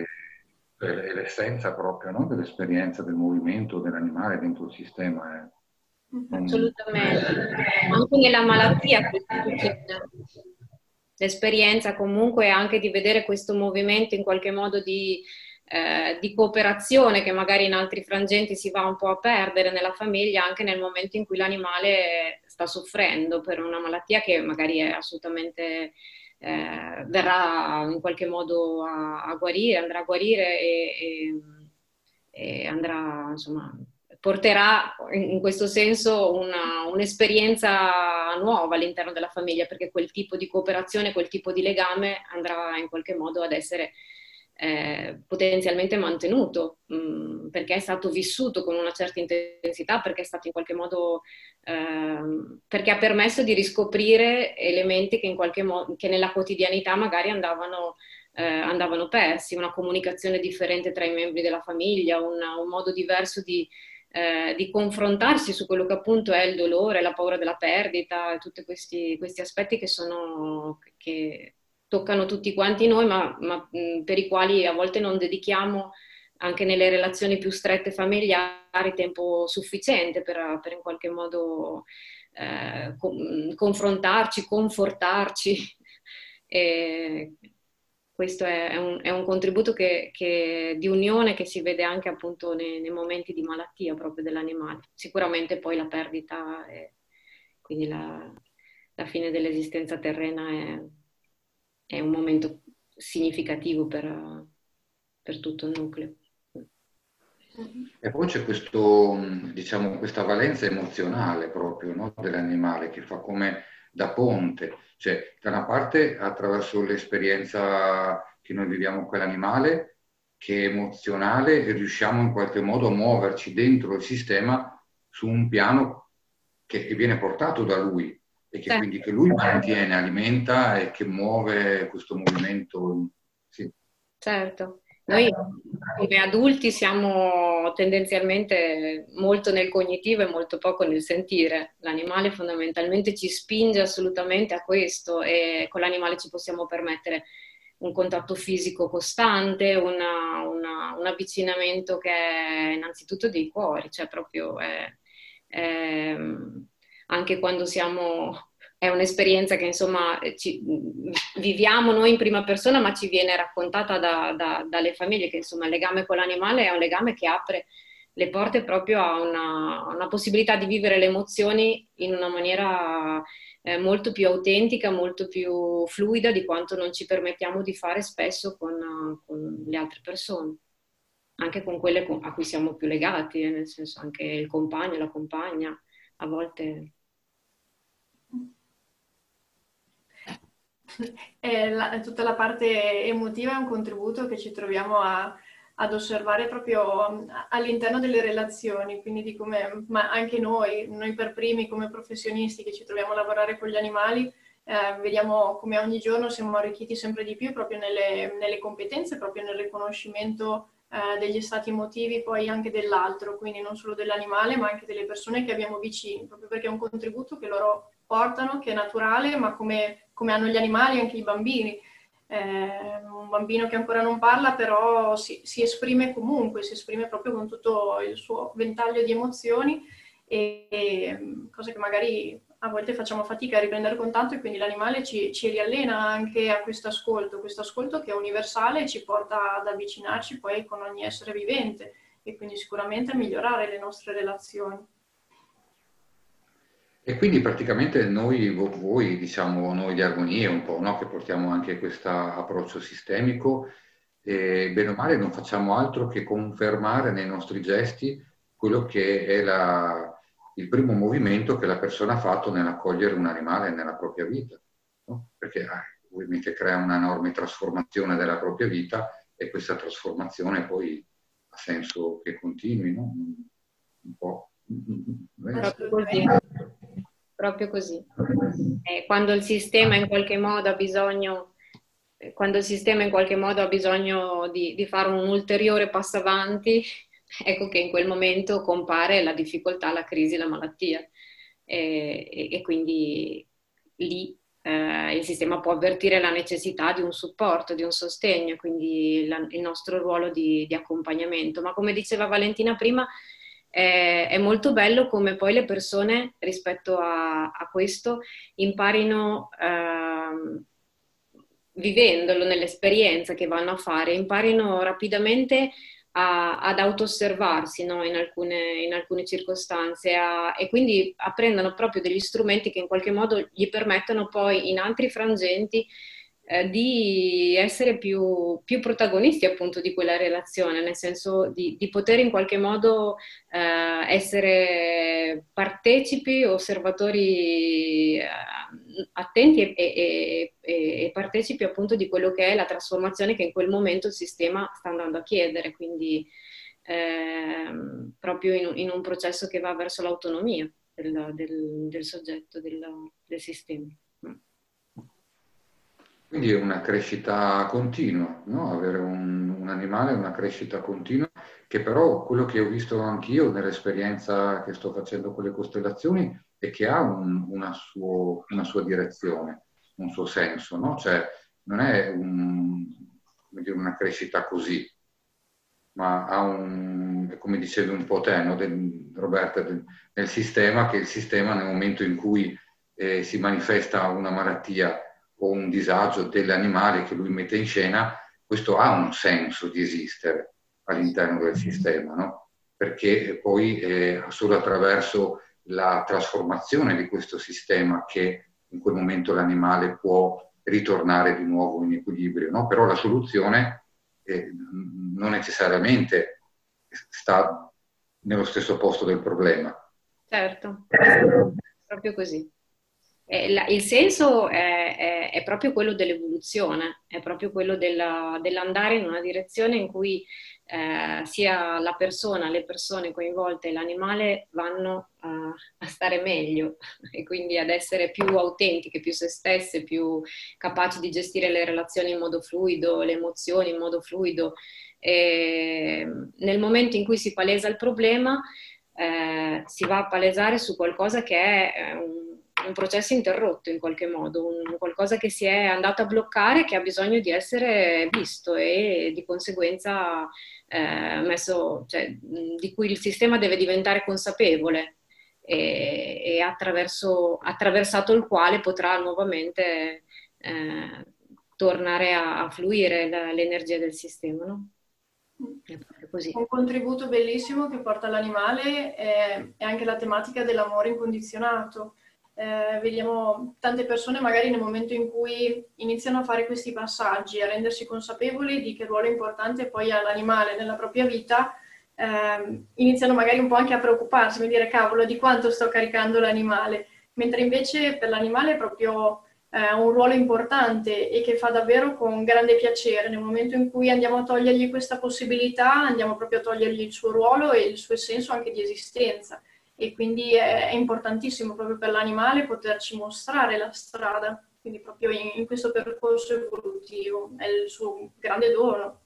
è l'essenza proprio, no? Dell'esperienza del movimento dell'animale dentro il sistema. Eh. Assolutamente. Anche nella malattia questo succede. L'esperienza comunque anche di vedere questo movimento in qualche modo di, eh, di cooperazione che magari in altri frangenti si va un po' a perdere nella famiglia, anche nel momento in cui l'animale sta soffrendo per una malattia che magari è assolutamente eh, verrà in qualche modo a, a guarire, andrà a guarire e, e, e andrà, insomma, porterà in questo senso una, un'esperienza nuova all'interno della famiglia, perché quel tipo di cooperazione, quel tipo di legame andrà in qualche modo ad essere eh, potenzialmente mantenuto, mh, perché è stato vissuto con una certa intensità, perché è stato in qualche modo, eh, perché ha permesso di riscoprire elementi che in qualche modo, che nella quotidianità magari andavano Eh, andavano persi, una comunicazione differente tra i membri della famiglia, una, un modo diverso di, eh, di confrontarsi su quello che appunto è il dolore, la paura della perdita, tutti questi, questi aspetti che sono, che toccano tutti quanti noi, ma, ma mh, per i quali a volte non dedichiamo anche nelle relazioni più strette familiari tempo sufficiente per, per in qualche modo eh, con, confrontarci, confortarci. E, questo è un, è un contributo che, che, di unione che si vede anche appunto nei, nei momenti di malattia proprio dell'animale. Sicuramente poi la perdita è quindi la, la fine dell'esistenza terrena è, è un momento significativo per, per tutto il nucleo. E poi c'è questo, diciamo, questa valenza emozionale proprio, no, dell'animale che fa come da ponte, cioè da una parte attraverso l'esperienza che noi viviamo con l'animale, che è emozionale, e riusciamo in qualche modo a muoverci dentro il sistema su un piano che, che viene portato da lui e che Certo. quindi che lui mantiene, alimenta e che muove questo movimento. Sì. Certo. Noi come adulti siamo tendenzialmente molto nel cognitivo e molto poco nel sentire. L'animale fondamentalmente ci spinge assolutamente a questo e con l'animale ci possiamo permettere un contatto fisico costante, una, una, un avvicinamento che è innanzitutto dei cuori, cioè proprio è, è, anche quando siamo... È un'esperienza che insomma ci, viviamo noi in prima persona, ma ci viene raccontata da, da, dalle famiglie, che insomma il legame con l'animale è un legame che apre le porte proprio a una, una possibilità di vivere le emozioni in una maniera eh, molto più autentica, molto più fluida di quanto non ci permettiamo di fare spesso con, con le altre persone, anche con quelle a cui siamo più legati, eh, nel senso anche il compagno, la compagna, a volte... E la, tutta la parte emotiva è un contributo che ci troviamo a, ad osservare proprio all'interno delle relazioni, quindi di come, ma anche noi, noi per primi come professionisti che ci troviamo a lavorare con gli animali, eh, vediamo come ogni giorno siamo arricchiti sempre di più proprio nelle, nelle competenze, proprio nel riconoscimento eh, degli stati emotivi poi anche dell'altro, quindi non solo dell'animale ma anche delle persone che abbiamo vicini, proprio perché è un contributo che loro portano, che è naturale, ma come, come hanno gli animali anche i bambini. Eh, un bambino che ancora non parla però si, si esprime comunque, si esprime proprio con tutto il suo ventaglio di emozioni e, e cose che magari a volte facciamo fatica a riprendere contatto e quindi l'animale ci, ci riallena anche a questo ascolto, questo ascolto che è universale e ci porta ad avvicinarci poi con ogni essere vivente e quindi sicuramente a migliorare le nostre relazioni. E quindi praticamente noi, voi, diciamo, noi di Armonia un po', no? Che portiamo anche questo approccio sistemico, e bene o male non facciamo altro che confermare nei nostri gesti quello che è la, il primo movimento che la persona ha fatto nell'accogliere un animale nella propria vita, no? Perché eh, ovviamente crea una enorme trasformazione della propria vita e questa trasformazione poi ha senso che continui, no? Un po'. Proprio così. Proprio così. Eh, quando il sistema in qualche modo ha bisogno, quando il sistema in qualche modo ha bisogno di, di fare un ulteriore passo avanti, ecco che in quel momento compare la difficoltà, la crisi, la malattia. E, e, e quindi lì eh, il sistema può avvertire la necessità di un supporto, di un sostegno, quindi la, il nostro ruolo di, di accompagnamento. Ma come diceva Valentina prima, è, è molto bello come poi le persone rispetto a, a questo imparino, eh, vivendolo nell'esperienza che vanno a fare, imparino rapidamente a, ad auto-osservarsi, no? in, alcune, in alcune circostanze a, e quindi apprendano proprio degli strumenti che in qualche modo gli permettono poi in altri frangenti eh, di essere più, più protagonisti appunto di quella relazione, nel senso di, di poter in qualche modo eh, essere partecipi, osservatori eh, attenti e, e, e, e partecipi appunto di quello che è la trasformazione che in quel momento il sistema sta andando a chiedere, quindi ehm, proprio in, in un processo che va verso l'autonomia del, del, del soggetto, del, del sistema. Quindi è una crescita continua, no? Avere un, un animale è una crescita continua, che però quello che ho visto anch'io nell'esperienza che sto facendo con le costellazioni è che ha un, una, suo, una sua direzione, un suo senso, no? Cioè non è un, come dire, una crescita così, ma ha un, come dicevi un po' te, no? Del, Roberta, del, nel sistema, che il sistema nel momento in cui eh, si manifesta una malattia o un disagio dell'animale che lui mette in scena, questo ha un senso di esistere all'interno del sistema, no? Perché poi eh, solo attraverso la trasformazione di questo sistema che in quel momento l'animale può ritornare di nuovo in equilibrio, no? Però la soluzione eh, non necessariamente sta nello stesso posto del problema. Certo, proprio così. Eh, la, il senso è, è, è proprio quello dell'evoluzione, è proprio quello della, dell'andare in una direzione in cui eh, sia la persona, le persone coinvolte e l'animale vanno a, a stare meglio e quindi ad essere più autentiche, più se stesse, più capaci di gestire le relazioni in modo fluido, le emozioni in modo fluido. E nel momento in cui si palesa il problema, eh, si va a palesare su qualcosa che è un un processo interrotto in qualche modo, un, qualcosa che si è andato a bloccare, che ha bisogno di essere visto e di conseguenza eh, messo, cioè, di cui il sistema deve diventare consapevole e, e attraverso, attraversato il quale potrà nuovamente eh, tornare a, a fluire la, l'energia del sistema, no? È proprio così. Un contributo bellissimo che porta l'animale è, è anche la tematica dell'amore incondizionato. Eh, vediamo tante persone magari nel momento in cui iniziano a fare questi passaggi, a rendersi consapevoli di che ruolo importante poi ha l'animale nella propria vita, eh, iniziano magari un po' anche a preoccuparsi, a dire cavolo di quanto sto caricando l'animale, mentre invece per l'animale è proprio eh, un ruolo importante e che fa davvero con grande piacere. Nel momento in cui andiamo a togliergli questa possibilità, andiamo proprio a togliergli il suo ruolo e il suo senso anche di esistenza. E quindi è, è importantissimo proprio per l'animale poterci mostrare la strada, quindi proprio in, in questo percorso evolutivo, è il suo grande dono.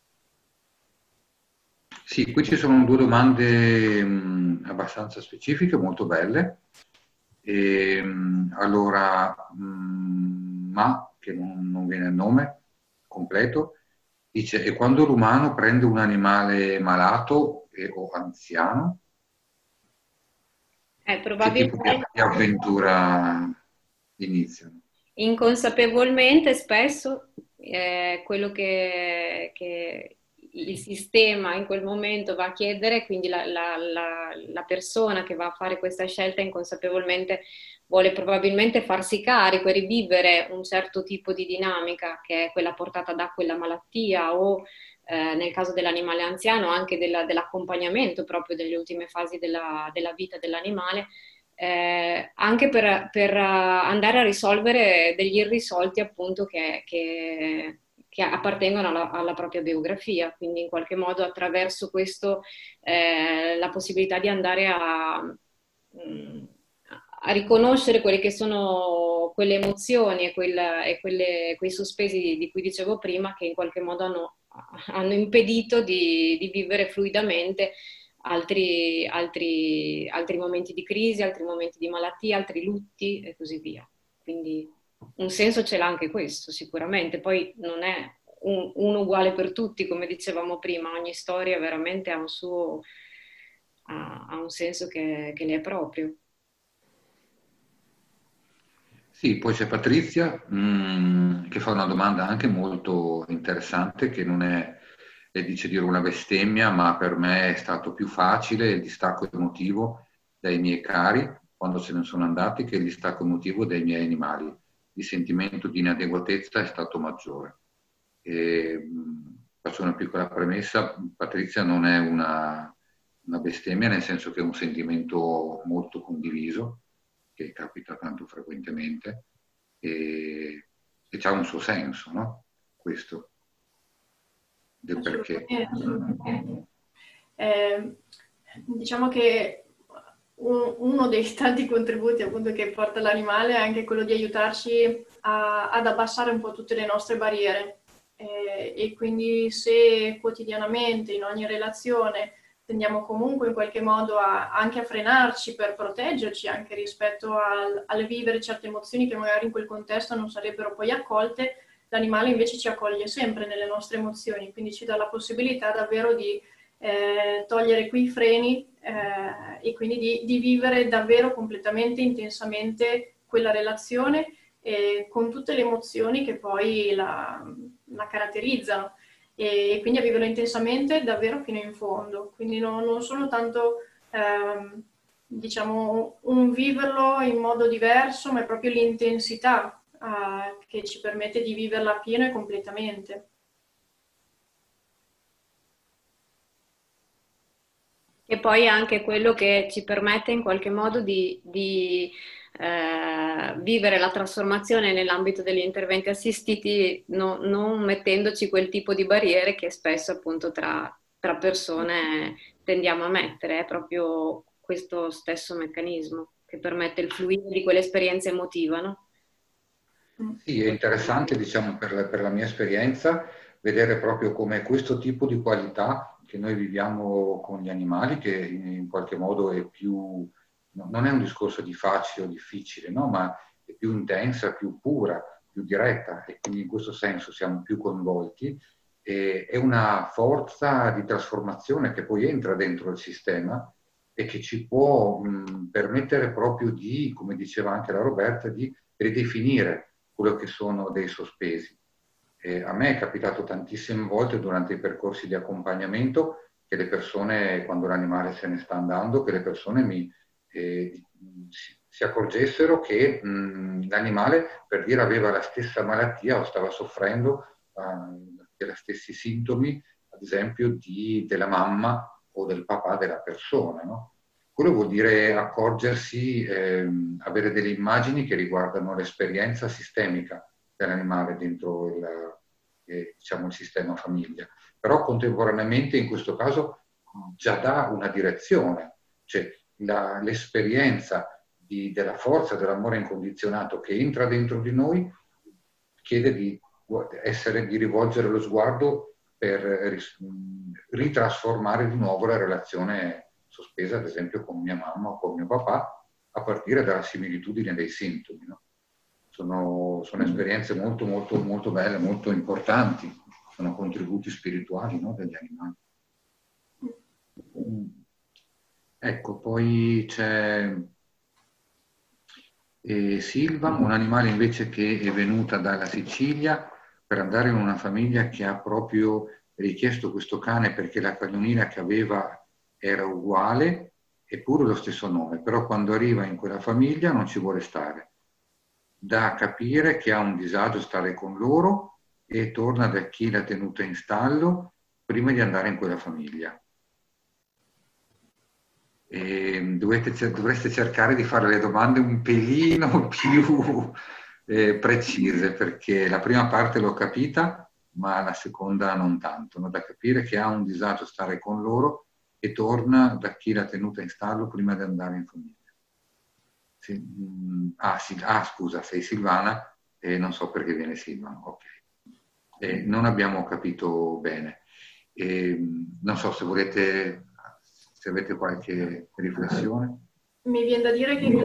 Sì, qui ci sono due domande mh, abbastanza specifiche, molto belle. E, mh, allora, mh, Ma, che non, non viene il nome completo, dice: e quando l'umano prende un animale malato e, o anziano, Eh, che tipo di, di avventura iniziano? Inconsapevolmente spesso eh, quello che, che il sistema in quel momento va a chiedere, quindi la, la, la, la persona che va a fare questa scelta inconsapevolmente vuole probabilmente farsi carico e rivivere un certo tipo di dinamica che è quella portata da quella malattia o eh, nel caso dell'animale anziano anche della, dell'accompagnamento proprio delle ultime fasi della, della vita dell'animale. Eh, anche per, per andare a risolvere degli irrisolti appunto che, che, che appartengono alla, alla propria biografia, quindi in qualche modo attraverso questo eh, la possibilità di andare a, a riconoscere quelle che sono quelle emozioni e, quel, e quelle, quei sospesi di, di cui dicevo prima che in qualche modo hanno, hanno impedito di, di vivere fluidamente Altri, altri, altri momenti di crisi, altri momenti di malattia, altri lutti e così via. Quindi un senso ce l'ha anche questo, sicuramente. Poi non è un, uno uguale per tutti, come dicevamo prima, ogni storia veramente ha un suo, ha, ha un senso che, che le è proprio. Sì, poi c'è Patrizia mh, che fa una domanda anche molto interessante, che non è, e dice dire una bestemmia, ma per me è stato più facile il distacco emotivo dai miei cari quando se ne sono andati che il distacco emotivo dai miei animali. Il sentimento di inadeguatezza è stato maggiore. E, mh, faccio una piccola premessa: Patrizia non è una, una bestemmia, nel senso che è un sentimento molto condiviso, che capita tanto frequentemente, e, e c'ha un suo senso, no? Questo. Del perché. Eh, diciamo che un, uno dei tanti contributi appunto che porta l'animale è anche quello di aiutarci a, ad abbassare un po' tutte le nostre barriere eh, e quindi se quotidianamente in ogni relazione tendiamo comunque in qualche modo a, anche a frenarci per proteggerci anche rispetto al, al vivere certe emozioni che magari in quel contesto non sarebbero poi accolte, l'animale invece ci accoglie sempre nelle nostre emozioni, quindi ci dà la possibilità davvero di eh, togliere quei freni eh, e quindi di, di vivere davvero completamente, intensamente quella relazione eh, con tutte le emozioni che poi la, la caratterizzano e quindi a viverlo intensamente davvero fino in fondo. Quindi no, non sono tanto ehm, diciamo, un viverlo in modo diverso, ma è proprio l'intensità uh, che ci permette di viverla pieno e completamente. E poi anche quello che ci permette in qualche modo di, di eh, vivere la trasformazione nell'ambito degli interventi assistiti, no, non mettendoci quel tipo di barriere che spesso appunto tra, tra persone tendiamo a mettere. È proprio questo stesso meccanismo che permette il fluire di quell'esperienza emotiva, no? Sì, è interessante, diciamo, per la, per la mia esperienza, vedere proprio come questo tipo di qualità che noi viviamo con gli animali, che in qualche modo è più, no, non è un discorso di facile o difficile, no? Ma è più intensa, più pura, più diretta, e quindi in questo senso siamo più coinvolti. E è una forza di trasformazione che poi entra dentro il sistema e che ci può mh, permettere proprio di, come diceva anche la Roberta, di ridefinire quello che sono dei sospesi. Eh, a me è capitato tantissime volte durante i percorsi di accompagnamento che le persone, quando l'animale se ne sta andando, che le persone mi, eh, si, si accorgessero che mh, l'animale, per dire, aveva la stessa malattia o stava soffrendo eh, degli stessi sintomi, ad esempio, di, della mamma o del papà della persona, no? Quello vuol dire accorgersi, ehm, avere delle immagini che riguardano l'esperienza sistemica dell'animale dentro il, eh, diciamo, il sistema famiglia. Però contemporaneamente in questo caso già dà una direzione, cioè la, l'esperienza di, della forza dell'amore incondizionato che entra dentro di noi chiede di, essere, di rivolgere lo sguardo per ritrasformare di nuovo la relazione sospesa, ad esempio, con mia mamma o con mio papà, a partire dalla similitudine dei sintomi. No? Sono, sono esperienze molto, molto, molto belle, molto importanti, sono contributi spirituali, no, degli animali. Ecco, poi c'è eh, Silva, un animale invece che è venuta dalla Sicilia per andare in una famiglia che ha proprio richiesto questo cane perché la cagnolina che aveva era uguale, eppure lo stesso nome, però quando arriva in quella famiglia non ci vuole stare. Da capire che ha un disagio stare con loro e torna da chi l'ha tenuta in stallo prima di andare in quella famiglia. E dovete, dovreste cercare di fare le domande un pelino più eh, precise, perché la prima parte l'ho capita, ma la seconda non tanto, no? Da capire che ha un disagio stare con loro e torna da chi l'ha tenuta in stallo prima di andare in famiglia. Sì, mh, ah, sì, ah, scusa, sei Silvana e non so perché viene Silvana, ok. Eh, non abbiamo capito bene. Eh, non so se volete, se avete qualche riflessione. Mi viene da dire che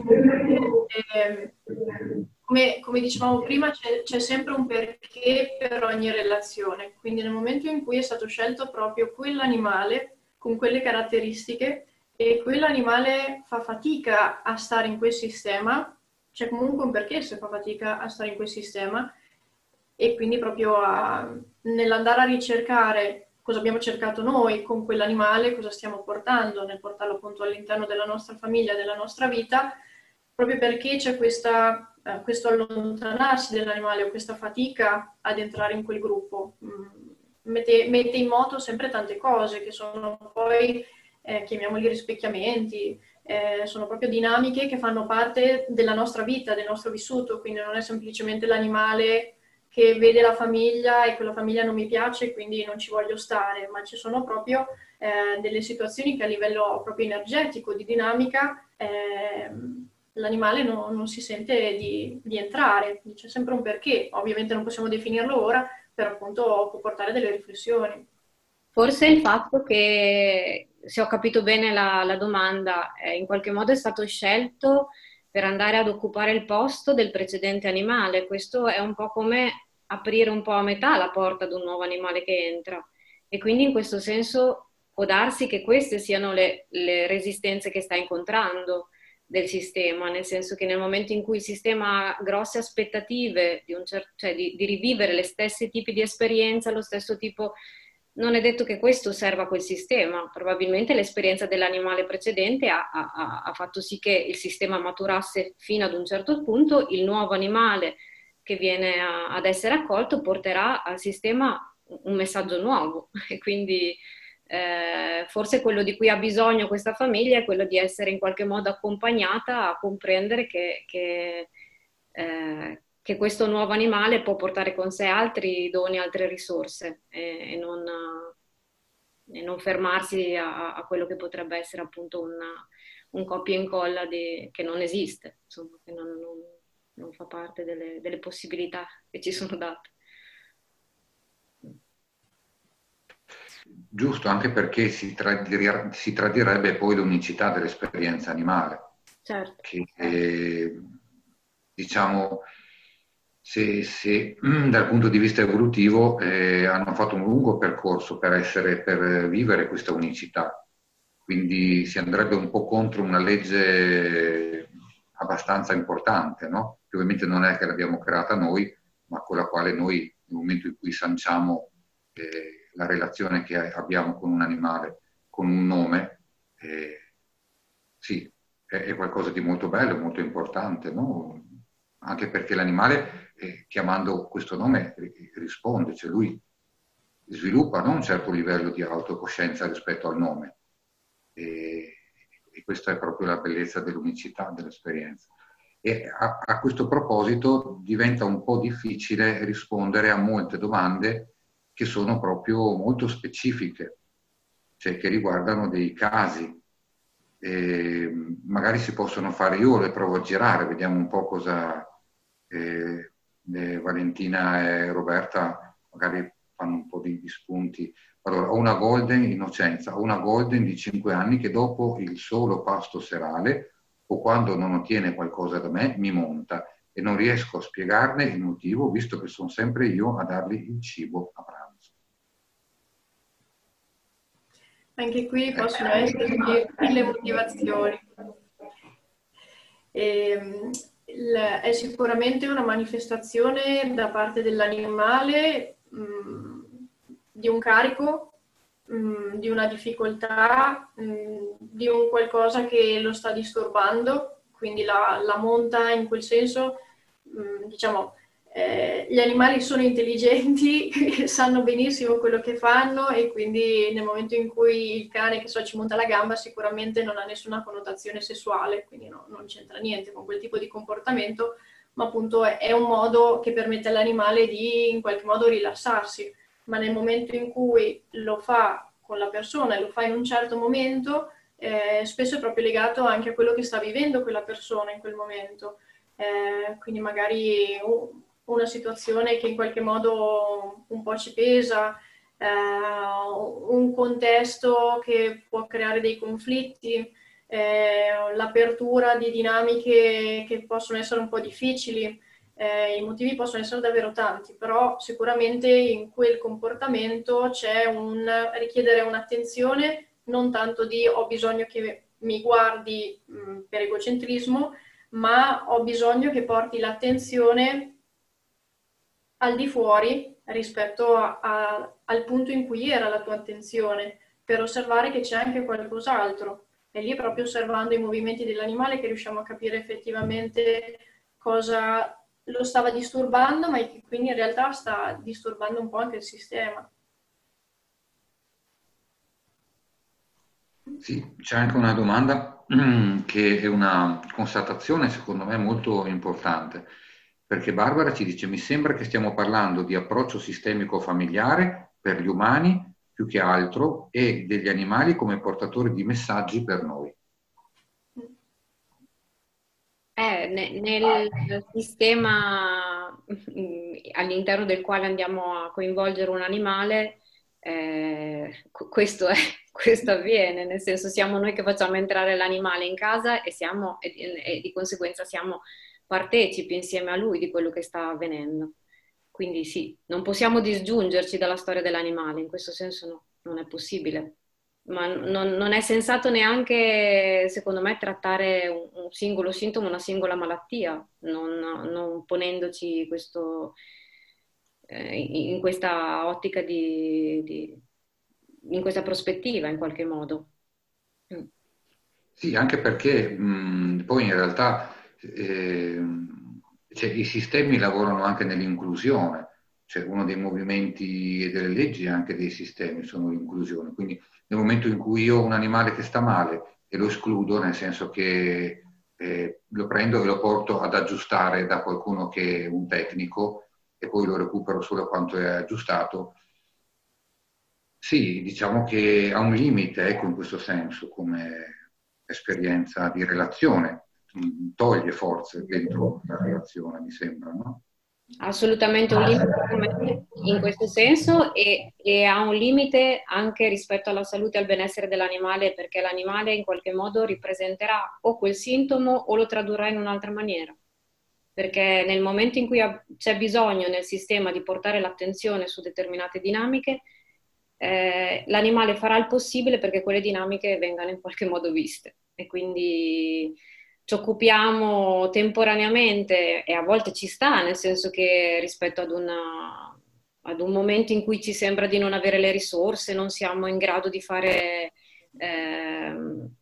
eh, come, come dicevamo prima c'è, c'è sempre un perché per ogni relazione, quindi nel momento in cui è stato scelto proprio quell'animale con quelle caratteristiche e quell'animale fa fatica a stare in quel sistema, c'è comunque un perché se fa fatica a stare in quel sistema, e quindi proprio a, nell'andare a ricercare cosa abbiamo cercato noi con quell'animale, cosa stiamo portando nel portarlo appunto all'interno della nostra famiglia, della nostra vita, proprio perché c'è questa, eh, questo allontanarsi dell'animale o questa fatica ad entrare in quel gruppo. Mette, mette in moto sempre tante cose che sono poi, eh, chiamiamoli rispecchiamenti, eh, sono proprio dinamiche che fanno parte della nostra vita, del nostro vissuto, quindi non è semplicemente l'animale che vede la famiglia e quella famiglia non mi piace quindi non ci voglio stare, ma ci sono proprio eh, delle situazioni che a livello proprio energetico, di dinamica, eh, l'animale no, non si sente di, di entrare, c'è sempre un perché, ovviamente non possiamo definirlo ora, però appunto può portare delle riflessioni. Forse il fatto che, se ho capito bene la, la domanda, eh, in qualche modo è stato scelto per andare ad occupare il posto del precedente animale. Questo è un po' come aprire un po' a metà la porta ad un nuovo animale che entra. E quindi in questo senso può darsi che queste siano le, le resistenze che sta incontrando del sistema, nel senso che nel momento in cui il sistema ha grosse aspettative di, un cer- cioè di, di rivivere le stesse tipi di esperienza, lo stesso tipo non è detto che questo serva a quel sistema. Probabilmente l'esperienza dell'animale precedente ha, ha, ha fatto sì che il sistema maturasse fino ad un certo punto, il nuovo animale che viene a, ad essere accolto porterà al sistema un messaggio nuovo e quindi eh, forse quello di cui ha bisogno questa famiglia è quello di essere in qualche modo accompagnata a comprendere che, che eh, che questo nuovo animale può portare con sé altri doni, altre risorse e, e, non, e non fermarsi a, a quello che potrebbe essere appunto una, un copia e incolla di, che non esiste, insomma, che non, non, non fa parte delle, delle possibilità che ci sono date. Giusto, anche perché si, tradir- si tradirebbe poi l'unicità dell'esperienza animale. Certo. Che, eh, diciamo, se, se dal punto di vista evolutivo eh, hanno fatto un lungo percorso per, essere, per vivere questa unicità, quindi si andrebbe un po' contro una legge abbastanza importante, no? Che ovviamente non è che l'abbiamo creata noi, ma con la quale noi, nel momento in cui sanciamo eh, la relazione che abbiamo con un animale, con un nome, eh, sì, è, è qualcosa di molto bello, molto importante, no? Anche perché l'animale, eh, chiamando questo nome, risponde, cioè lui sviluppa no, un certo livello di autocoscienza rispetto al nome. E, e questa è proprio la bellezza dell'unicità dell'esperienza. E a, a questo proposito diventa un po' difficile rispondere a molte domande che sono proprio molto specifiche, cioè che riguardano dei casi. E magari si possono fare, io le provo a girare, vediamo un po' cosa eh, eh, Valentina e Roberta magari fanno un po' di, di spunti. Allora, ho una golden Innocenza, ho una golden di cinque anni che dopo il solo pasto serale o quando non ottiene qualcosa da me mi monta e non riesco a spiegarne il motivo visto che sono sempre io a dargli il cibo a pranzo. Anche qui possono esserci mille motivazioni. E, il, è sicuramente una manifestazione da parte dell'animale mh, di un carico, mh, di una difficoltà, mh, di un qualcosa che lo sta disturbando, quindi la, la monta in quel senso, mh, diciamo, Eh, gli animali sono intelligenti, sanno benissimo quello che fanno e quindi nel momento in cui il cane che so ci monta la gamba sicuramente non ha nessuna connotazione sessuale, quindi no, non c'entra niente con quel tipo di comportamento, ma appunto è, è un modo che permette all'animale di in qualche modo rilassarsi, ma nel momento in cui lo fa con la persona e lo fa in un certo momento, eh, spesso è proprio legato anche a quello che sta vivendo quella persona in quel momento. Eh, quindi magari uh, una situazione che in qualche modo un po' ci pesa, eh, un contesto che può creare dei conflitti, eh, l'apertura di dinamiche che possono essere un po' difficili. Eh, I motivi possono essere davvero tanti, però sicuramente in quel comportamento c'è un richiedere un'attenzione, non tanto di ho bisogno che mi guardi mh, per egocentrismo, ma ho bisogno che porti l'attenzione al di fuori rispetto a, a, al punto in cui era la tua attenzione, per osservare che c'è anche qualcos'altro. E lì proprio osservando i movimenti dell'animale che riusciamo a capire effettivamente cosa lo stava disturbando, ma che quindi in realtà sta disturbando un po' anche il sistema. Sì, c'è anche una domanda che è una constatazione secondo me molto importante, perché Barbara ci dice: mi sembra che stiamo parlando di approccio sistemico familiare per gli umani più che altro e degli animali come portatori di messaggi per noi. Eh, ne- nel sistema mh, all'interno del quale andiamo a coinvolgere un animale, eh, questo, è, questo avviene, nel senso siamo noi che facciamo entrare l'animale in casa e, siamo, e, e di conseguenza siamo partecipi insieme a lui di quello che sta avvenendo. Quindi sì, non possiamo disgiungerci dalla storia dell'animale, in questo senso no, non è possibile. Ma non, non è sensato neanche, secondo me, trattare un, un singolo sintomo, una singola malattia, non, non ponendoci questo, eh, in questa ottica di, di, in questa prospettiva in qualche modo. Sì, anche perché mh, poi in realtà eh, cioè, i sistemi lavorano anche nell'inclusione, cioè uno dei movimenti e delle leggi anche dei sistemi sono l'inclusione, quindi nel momento in cui io ho un animale che sta male e lo escludo, nel senso che eh, lo prendo e lo porto ad aggiustare da qualcuno che è un tecnico e poi lo recupero solo quanto è aggiustato, sì, diciamo che ha un limite, ecco, in questo senso, come esperienza di relazione, mm, toglie forze dentro la relazione, mi sembra, no? Assolutamente un limite in questo senso e, e ha un limite anche rispetto alla salute e al benessere dell'animale, perché l'animale in qualche modo ripresenterà o quel sintomo o lo tradurrà in un'altra maniera. Perché nel momento in cui c'è bisogno nel sistema di portare l'attenzione su determinate dinamiche, eh, l'animale farà il possibile perché quelle dinamiche vengano in qualche modo viste. E quindi ci occupiamo temporaneamente e a volte ci sta, nel senso che rispetto ad, una, ad un momento in cui ci sembra di non avere le risorse, non siamo in grado di fare, eh,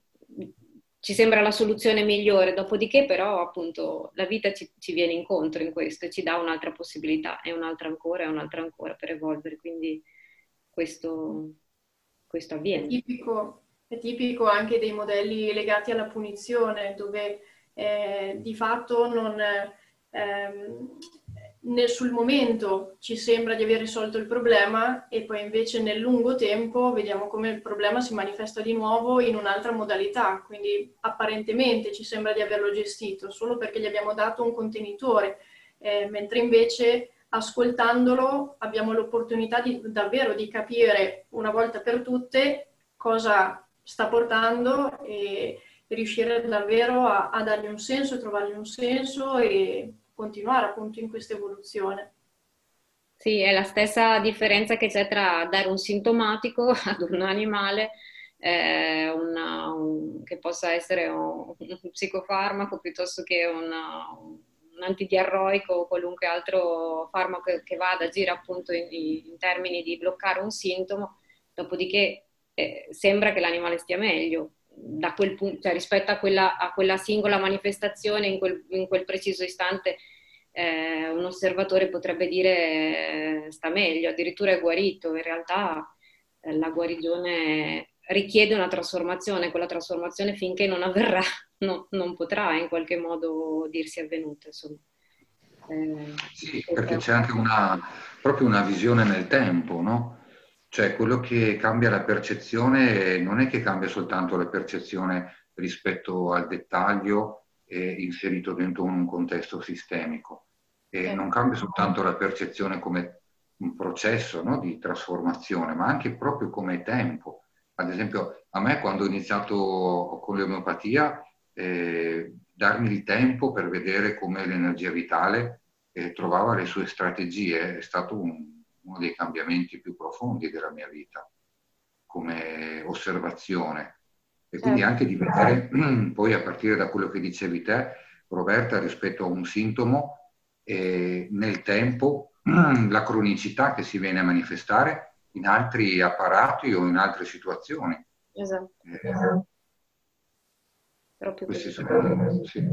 ci sembra la soluzione migliore, dopodiché però appunto la vita ci, ci viene incontro in questo e ci dà un'altra possibilità e un'altra ancora e un'altra ancora per evolvere, quindi questo, questo avviene. È tipico, è tipico anche dei modelli legati alla punizione, dove eh, di fatto non, ehm, nel, sul momento ci sembra di aver risolto il problema e poi invece nel lungo tempo vediamo come il problema si manifesta di nuovo in un'altra modalità, quindi apparentemente ci sembra di averlo gestito solo perché gli abbiamo dato un contenitore, eh, mentre invece ascoltandolo abbiamo l'opportunità di, davvero di capire una volta per tutte cosa sta portando e riuscire davvero a, a dargli un senso, trovargli un senso e continuare appunto in questa evoluzione. Sì, è la stessa differenza che c'è tra dare un sintomatico ad un animale, eh, una, un, che possa essere un, un psicofarmaco piuttosto che una, un antidiarroico o qualunque altro farmaco che, che va ad agire appunto in, in termini di bloccare un sintomo, dopodiché eh, sembra che l'animale stia meglio da quel punto, cioè rispetto a quella, a quella singola manifestazione in quel, in quel preciso istante. Eh, un osservatore potrebbe dire eh, sta meglio, addirittura è guarito, in realtà eh, la guarigione richiede una trasformazione, quella trasformazione finché non avverrà no, non potrà in qualche modo dirsi avvenuta. Insomma. Eh, sì, perché c'è anche una, proprio una visione nel tempo, no? Cioè quello che cambia la percezione non è che cambia soltanto la percezione rispetto al dettaglio eh, inserito dentro un contesto sistemico, e non cambia soltanto la percezione come un processo, no, di trasformazione, ma anche proprio come tempo. Ad esempio, a me quando ho iniziato con l'omeopatia, eh, darmi il tempo per vedere come l'energia vitale eh, trovava le sue strategie è stato un, uno dei cambiamenti più profondi della mia vita, come osservazione. E quindi anche di vedere, poi a partire da quello che dicevi te, Roberta, rispetto a un sintomo, eh, nel tempo, la cronicità che si viene a manifestare in altri apparati o in altre situazioni. Esatto. Eh, Proprio questi così. sono, sì.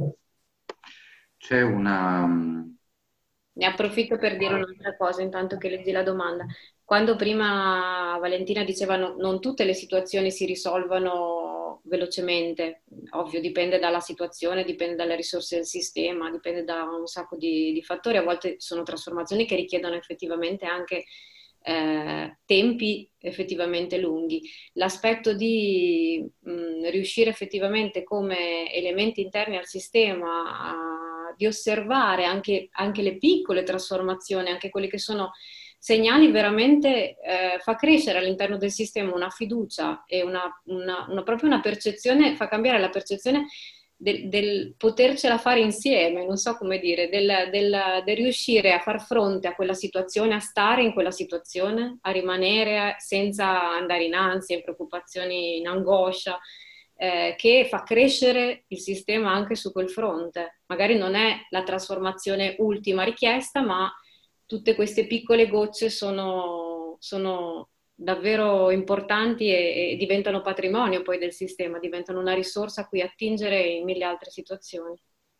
C'è una... Ne approfitto per dire un'altra cosa, intanto che leggi la domanda. Quando prima Valentina diceva no, non tutte le situazioni si risolvono velocemente, ovvio dipende dalla situazione, dipende dalle risorse del sistema, dipende da un sacco di, di fattori, a volte sono trasformazioni che richiedono effettivamente anche eh, tempi effettivamente lunghi. L'aspetto di mh, riuscire effettivamente come elementi interni al sistema a, di osservare anche, anche le piccole trasformazioni, anche quelle che sono segnali, veramente eh, fa crescere all'interno del sistema una fiducia e una, una, una, proprio una percezione, fa cambiare la percezione del, del potercela fare insieme, non so come dire, del, del, del riuscire a far fronte a quella situazione, a stare in quella situazione, a rimanere senza andare in ansia, in preoccupazioni, in angoscia, eh, che fa crescere il sistema anche su quel fronte. Magari non è la trasformazione ultima richiesta, ma tutte queste piccole gocce sono, sono davvero importanti e, e diventano patrimonio poi del sistema, diventano una risorsa a cui attingere in mille altre situazioni.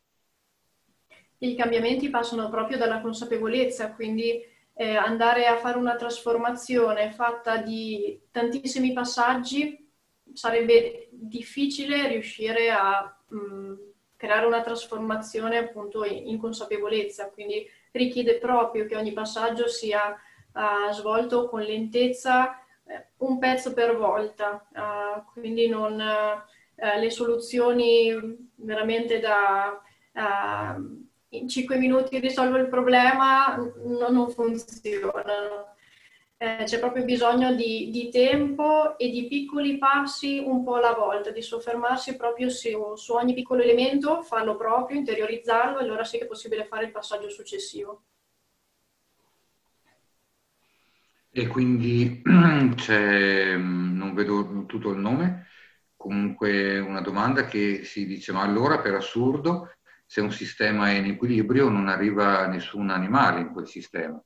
I cambiamenti passano proprio dalla consapevolezza, quindi eh, andare a fare una trasformazione fatta di tantissimi passaggi sarebbe difficile riuscire a mh, creare una trasformazione appunto in, in consapevolezza, quindi richiede proprio che ogni passaggio sia uh, svolto con lentezza, eh, un pezzo per volta, uh, quindi non uh, le soluzioni veramente da uh, in cinque minuti risolvo il problema no, non funzionano. Eh, c'è proprio bisogno di, di tempo e di piccoli passi un po' alla volta, di soffermarsi proprio su, su ogni piccolo elemento, farlo proprio, interiorizzarlo, e allora sì che è possibile fare il passaggio successivo. E quindi c'è, non vedo tutto il nome, comunque una domanda che si dice: ma allora per assurdo, se un sistema è in equilibrio non arriva nessun animale in quel sistema?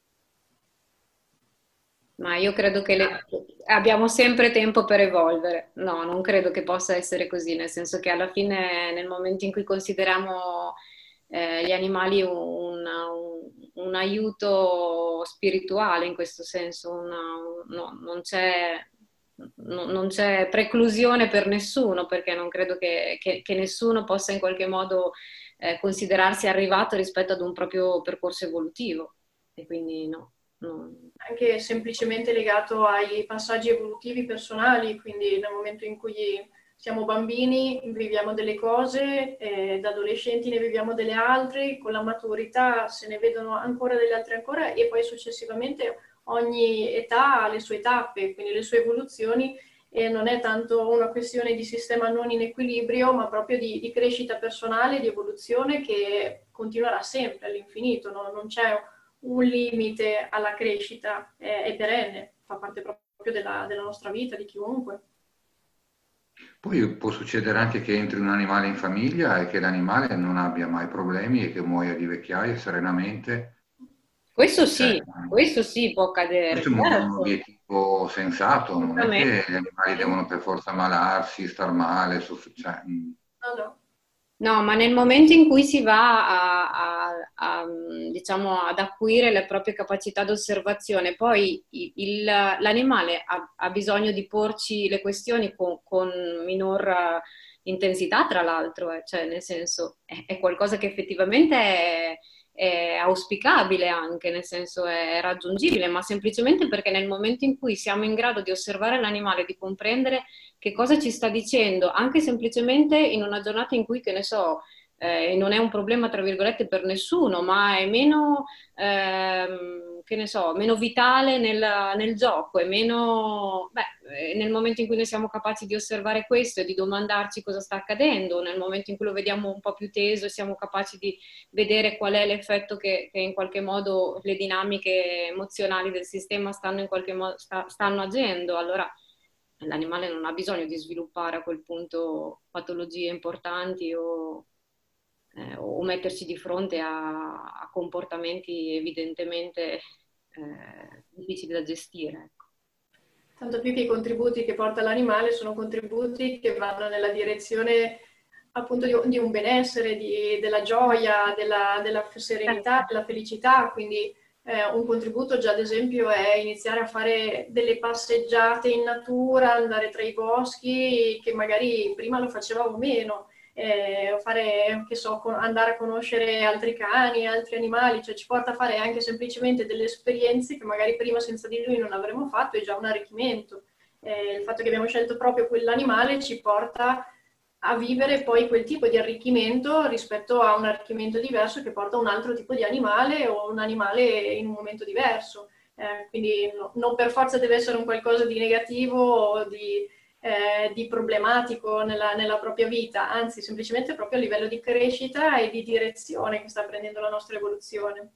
Ma io credo che le- abbiamo sempre tempo per evolvere. No, non credo che possa essere così, nel senso che alla fine, nel momento in cui consideriamo eh, gli animali un, un- un aiuto spirituale, in questo senso, una- no, non c'è no- non c'è preclusione per nessuno, perché non credo che, che- che nessuno possa in qualche modo eh, considerarsi arrivato rispetto ad un proprio percorso evolutivo. E quindi no. no. Anche semplicemente legato ai passaggi evolutivi personali, quindi nel momento in cui siamo bambini viviamo delle cose, eh, da adolescenti ne viviamo delle altre, con la maturità se ne vedono ancora delle altre ancora, e poi successivamente ogni età ha le sue tappe, quindi le sue evoluzioni, e non è tanto una questione di sistema non in equilibrio, ma proprio di, di crescita personale, di evoluzione che continuerà sempre all'infinito, no? Non c'è un limite alla crescita, è, è perenne, fa parte proprio della, della nostra vita, di chiunque. Poi può succedere anche che entri un animale in famiglia e che l'animale non abbia mai problemi e che muoia di vecchiaia serenamente. Questo Cioè, sì, questo sì può accadere, questo è un, un certo, obiettivo sensato, non è assolutamente. che gli animali devono per forza ammalarsi, star male, soff- cioè, mh, No, no. No, ma nel momento in cui si va a, a- a, mm, diciamo, ad acuire le proprie capacità di osservazione, poi il- il- l'animale ha, ha bisogno di porci le questioni con, con minor eh, intensità, tra l'altro, eh, cioè nel senso è, è qualcosa che effettivamente è, è auspicabile anche, nel senso è raggiungibile, ma semplicemente perché nel momento in cui siamo in grado di osservare l'animale, di comprendere che cosa ci sta dicendo, anche semplicemente in una giornata in cui, che ne so, eh, non è un problema tra virgolette per nessuno, ma è meno, ehm, che ne so, meno vitale nel, nel gioco, è meno, beh, nel momento in cui noi siamo capaci di osservare questo e di domandarci cosa sta accadendo, nel momento in cui lo vediamo un po' più teso e siamo capaci di vedere qual è l'effetto che, che in qualche modo le dinamiche emozionali del sistema stanno in qualche modo sta- stanno agendo, allora l'animale non ha bisogno di sviluppare a quel punto patologie importanti o, eh, o metterci di fronte a, a comportamenti evidentemente eh, difficili da gestire. Ecco. Tanto più che i contributi che porta l'animale sono contributi che vanno nella direzione appunto di, di un benessere, di, della gioia, della, della serenità, della felicità, quindi eh, un contributo già ad esempio è iniziare a fare delle passeggiate in natura, andare tra i boschi che magari prima lo facevamo meno, eh, fare, che so, andare a conoscere altri cani, altri animali, cioè ci porta a fare anche semplicemente delle esperienze che magari prima senza di lui non avremmo fatto, è già un arricchimento. Eh, il fatto che abbiamo scelto proprio quell'animale ci porta a vivere poi quel tipo di arricchimento rispetto a un arricchimento diverso che porta a un altro tipo di animale o un animale in un momento diverso. Eh, quindi no, non per forza deve essere un qualcosa di negativo o di, eh, di problematico nella, nella propria vita, anzi semplicemente proprio a livello di crescita e di direzione che sta prendendo la nostra evoluzione.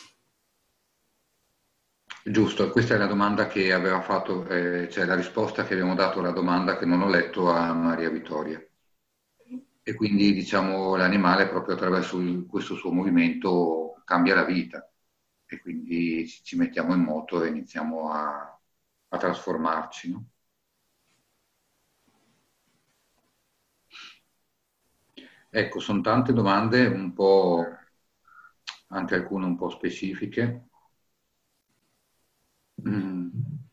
giusto, questa è la domanda che aveva fatto, eh, cioè la risposta che abbiamo dato alla domanda che non ho letto a Maria Vittoria. E quindi diciamo l'animale proprio attraverso il- questo suo movimento cambia la vita e quindi ci, ci mettiamo in moto e iniziamo a, a trasformarci, no? Ecco, sono tante domande un po', anche alcune un po' specifiche. Mm.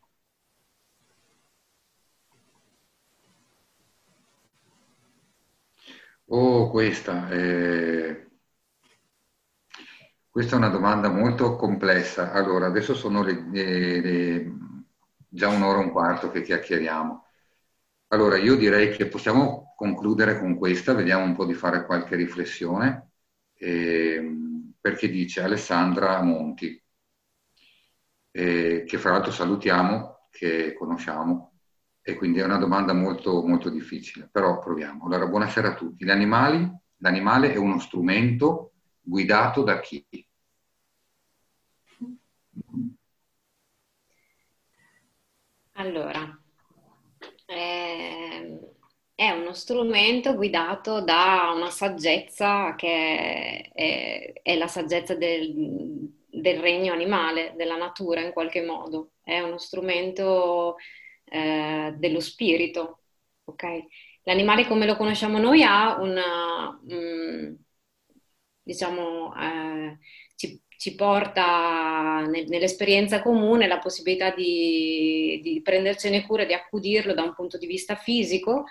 Oh, questa è... questa è una domanda molto complessa. Allora, adesso sono le, le- le- già un'ora e un quarto che chiacchieriamo. Allora, io direi che possiamo concludere con questa, vediamo un po' di fare qualche riflessione, ehm, perché dice Alessandra Monti, eh, che fra l'altro salutiamo, che conosciamo, e quindi è una domanda molto, molto difficile, però proviamo. Allora, buonasera a tutti. Gli animali, l'animale è uno strumento guidato da chi? Allora, ehm, è uno strumento guidato da una saggezza che è, è la saggezza del, del regno animale, della natura in qualche modo. È uno strumento eh, dello spirito, ok? L'animale come lo conosciamo noi ha una, mm, diciamo, eh, ci, ci porta nel- nell'esperienza comune la possibilità di, di prendercene cura, di accudirlo da un punto di vista fisico,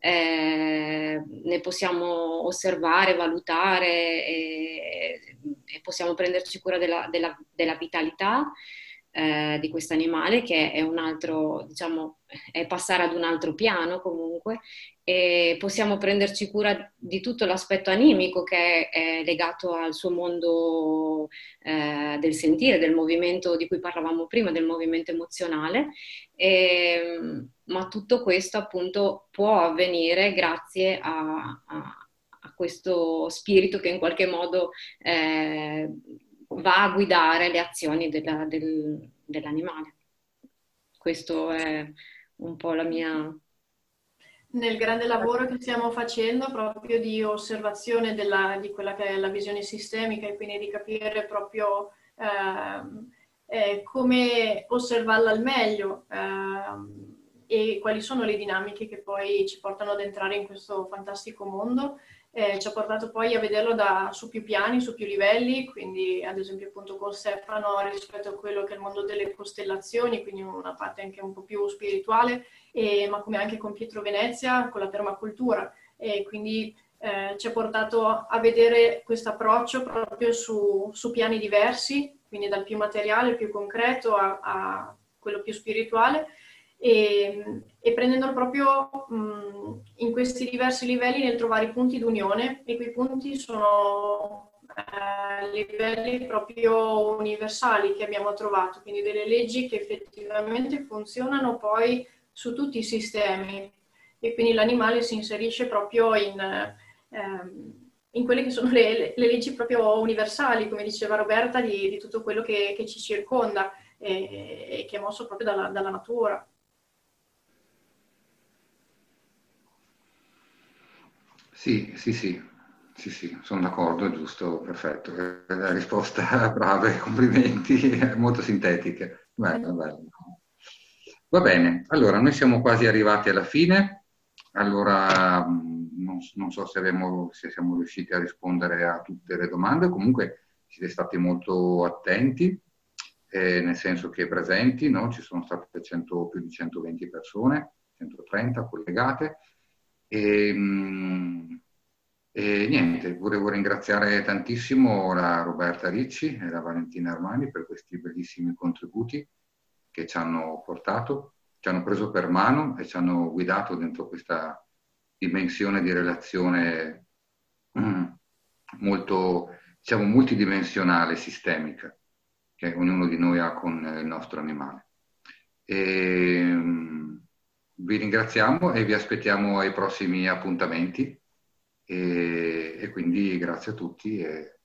eh, ne possiamo osservare, valutare e, e possiamo prenderci cura della, della- della vitalità eh, di questo animale, che è un altro, diciamo, è passare ad un altro piano comunque, e possiamo prenderci cura di tutto l'aspetto animico che è legato al suo mondo eh, del sentire, del movimento di cui parlavamo prima, del movimento emozionale. E, ma tutto questo appunto può avvenire grazie a, a- a questo spirito che in qualche modo eh, va a guidare le azioni della- del- dell'animale. Questo è un po' la mia... Nel grande lavoro che stiamo facendo proprio di osservazione della, di quella che è la visione sistemica e quindi di capire proprio ehm, eh, come osservarla al meglio ehm, e quali sono le dinamiche che poi ci portano ad entrare in questo fantastico mondo. Eh, ci ha portato poi a vederlo da, su più piani, su più livelli, quindi ad esempio appunto con Stefano rispetto a quello che è il mondo delle costellazioni, quindi una parte anche un po' più spirituale, e, ma come anche con Pietro Venezia, con la permacultura. E quindi eh, ci ha portato a vedere questo approccio proprio su, su piani diversi, quindi dal più materiale, più concreto, a, a quello più spirituale, e, e prendendolo proprio mh, in questi diversi livelli nel trovare i punti d'unione, e quei punti sono eh, livelli proprio universali che abbiamo trovato, quindi delle leggi che effettivamente funzionano poi su tutti i sistemi, e quindi l'animale si inserisce proprio in, ehm, in quelle che sono le, le, leggi proprio universali, come diceva Roberta, di, di tutto quello che, che ci circonda e, e che è mosso proprio dalla, dalla natura. Sì, sì, sì, sì, sì, sono d'accordo, giusto, perfetto. Eh, La risposta, brave, complimenti, molto sintetica. Bello, bello. Va bene, allora noi siamo quasi arrivati alla fine. Allora, mh, non, non so se, abbiamo- se siamo riusciti a rispondere a tutte le domande, comunque siete stati molto attenti, eh, nel senso che presenti, no? Ci sono state cento più di centoventi persone, centotrenta collegate. E, mh, e niente, volevo ringraziare tantissimo la Roberta Ricci e la Valentina Armani per questi bellissimi contributi che ci hanno portato, ci hanno preso per mano e ci hanno guidato dentro questa dimensione di relazione mm, molto, diciamo, multidimensionale, sistemica, che ognuno di noi ha con il nostro animale. E, mm, vi ringraziamo e vi aspettiamo ai prossimi appuntamenti e, e quindi grazie a tutti. E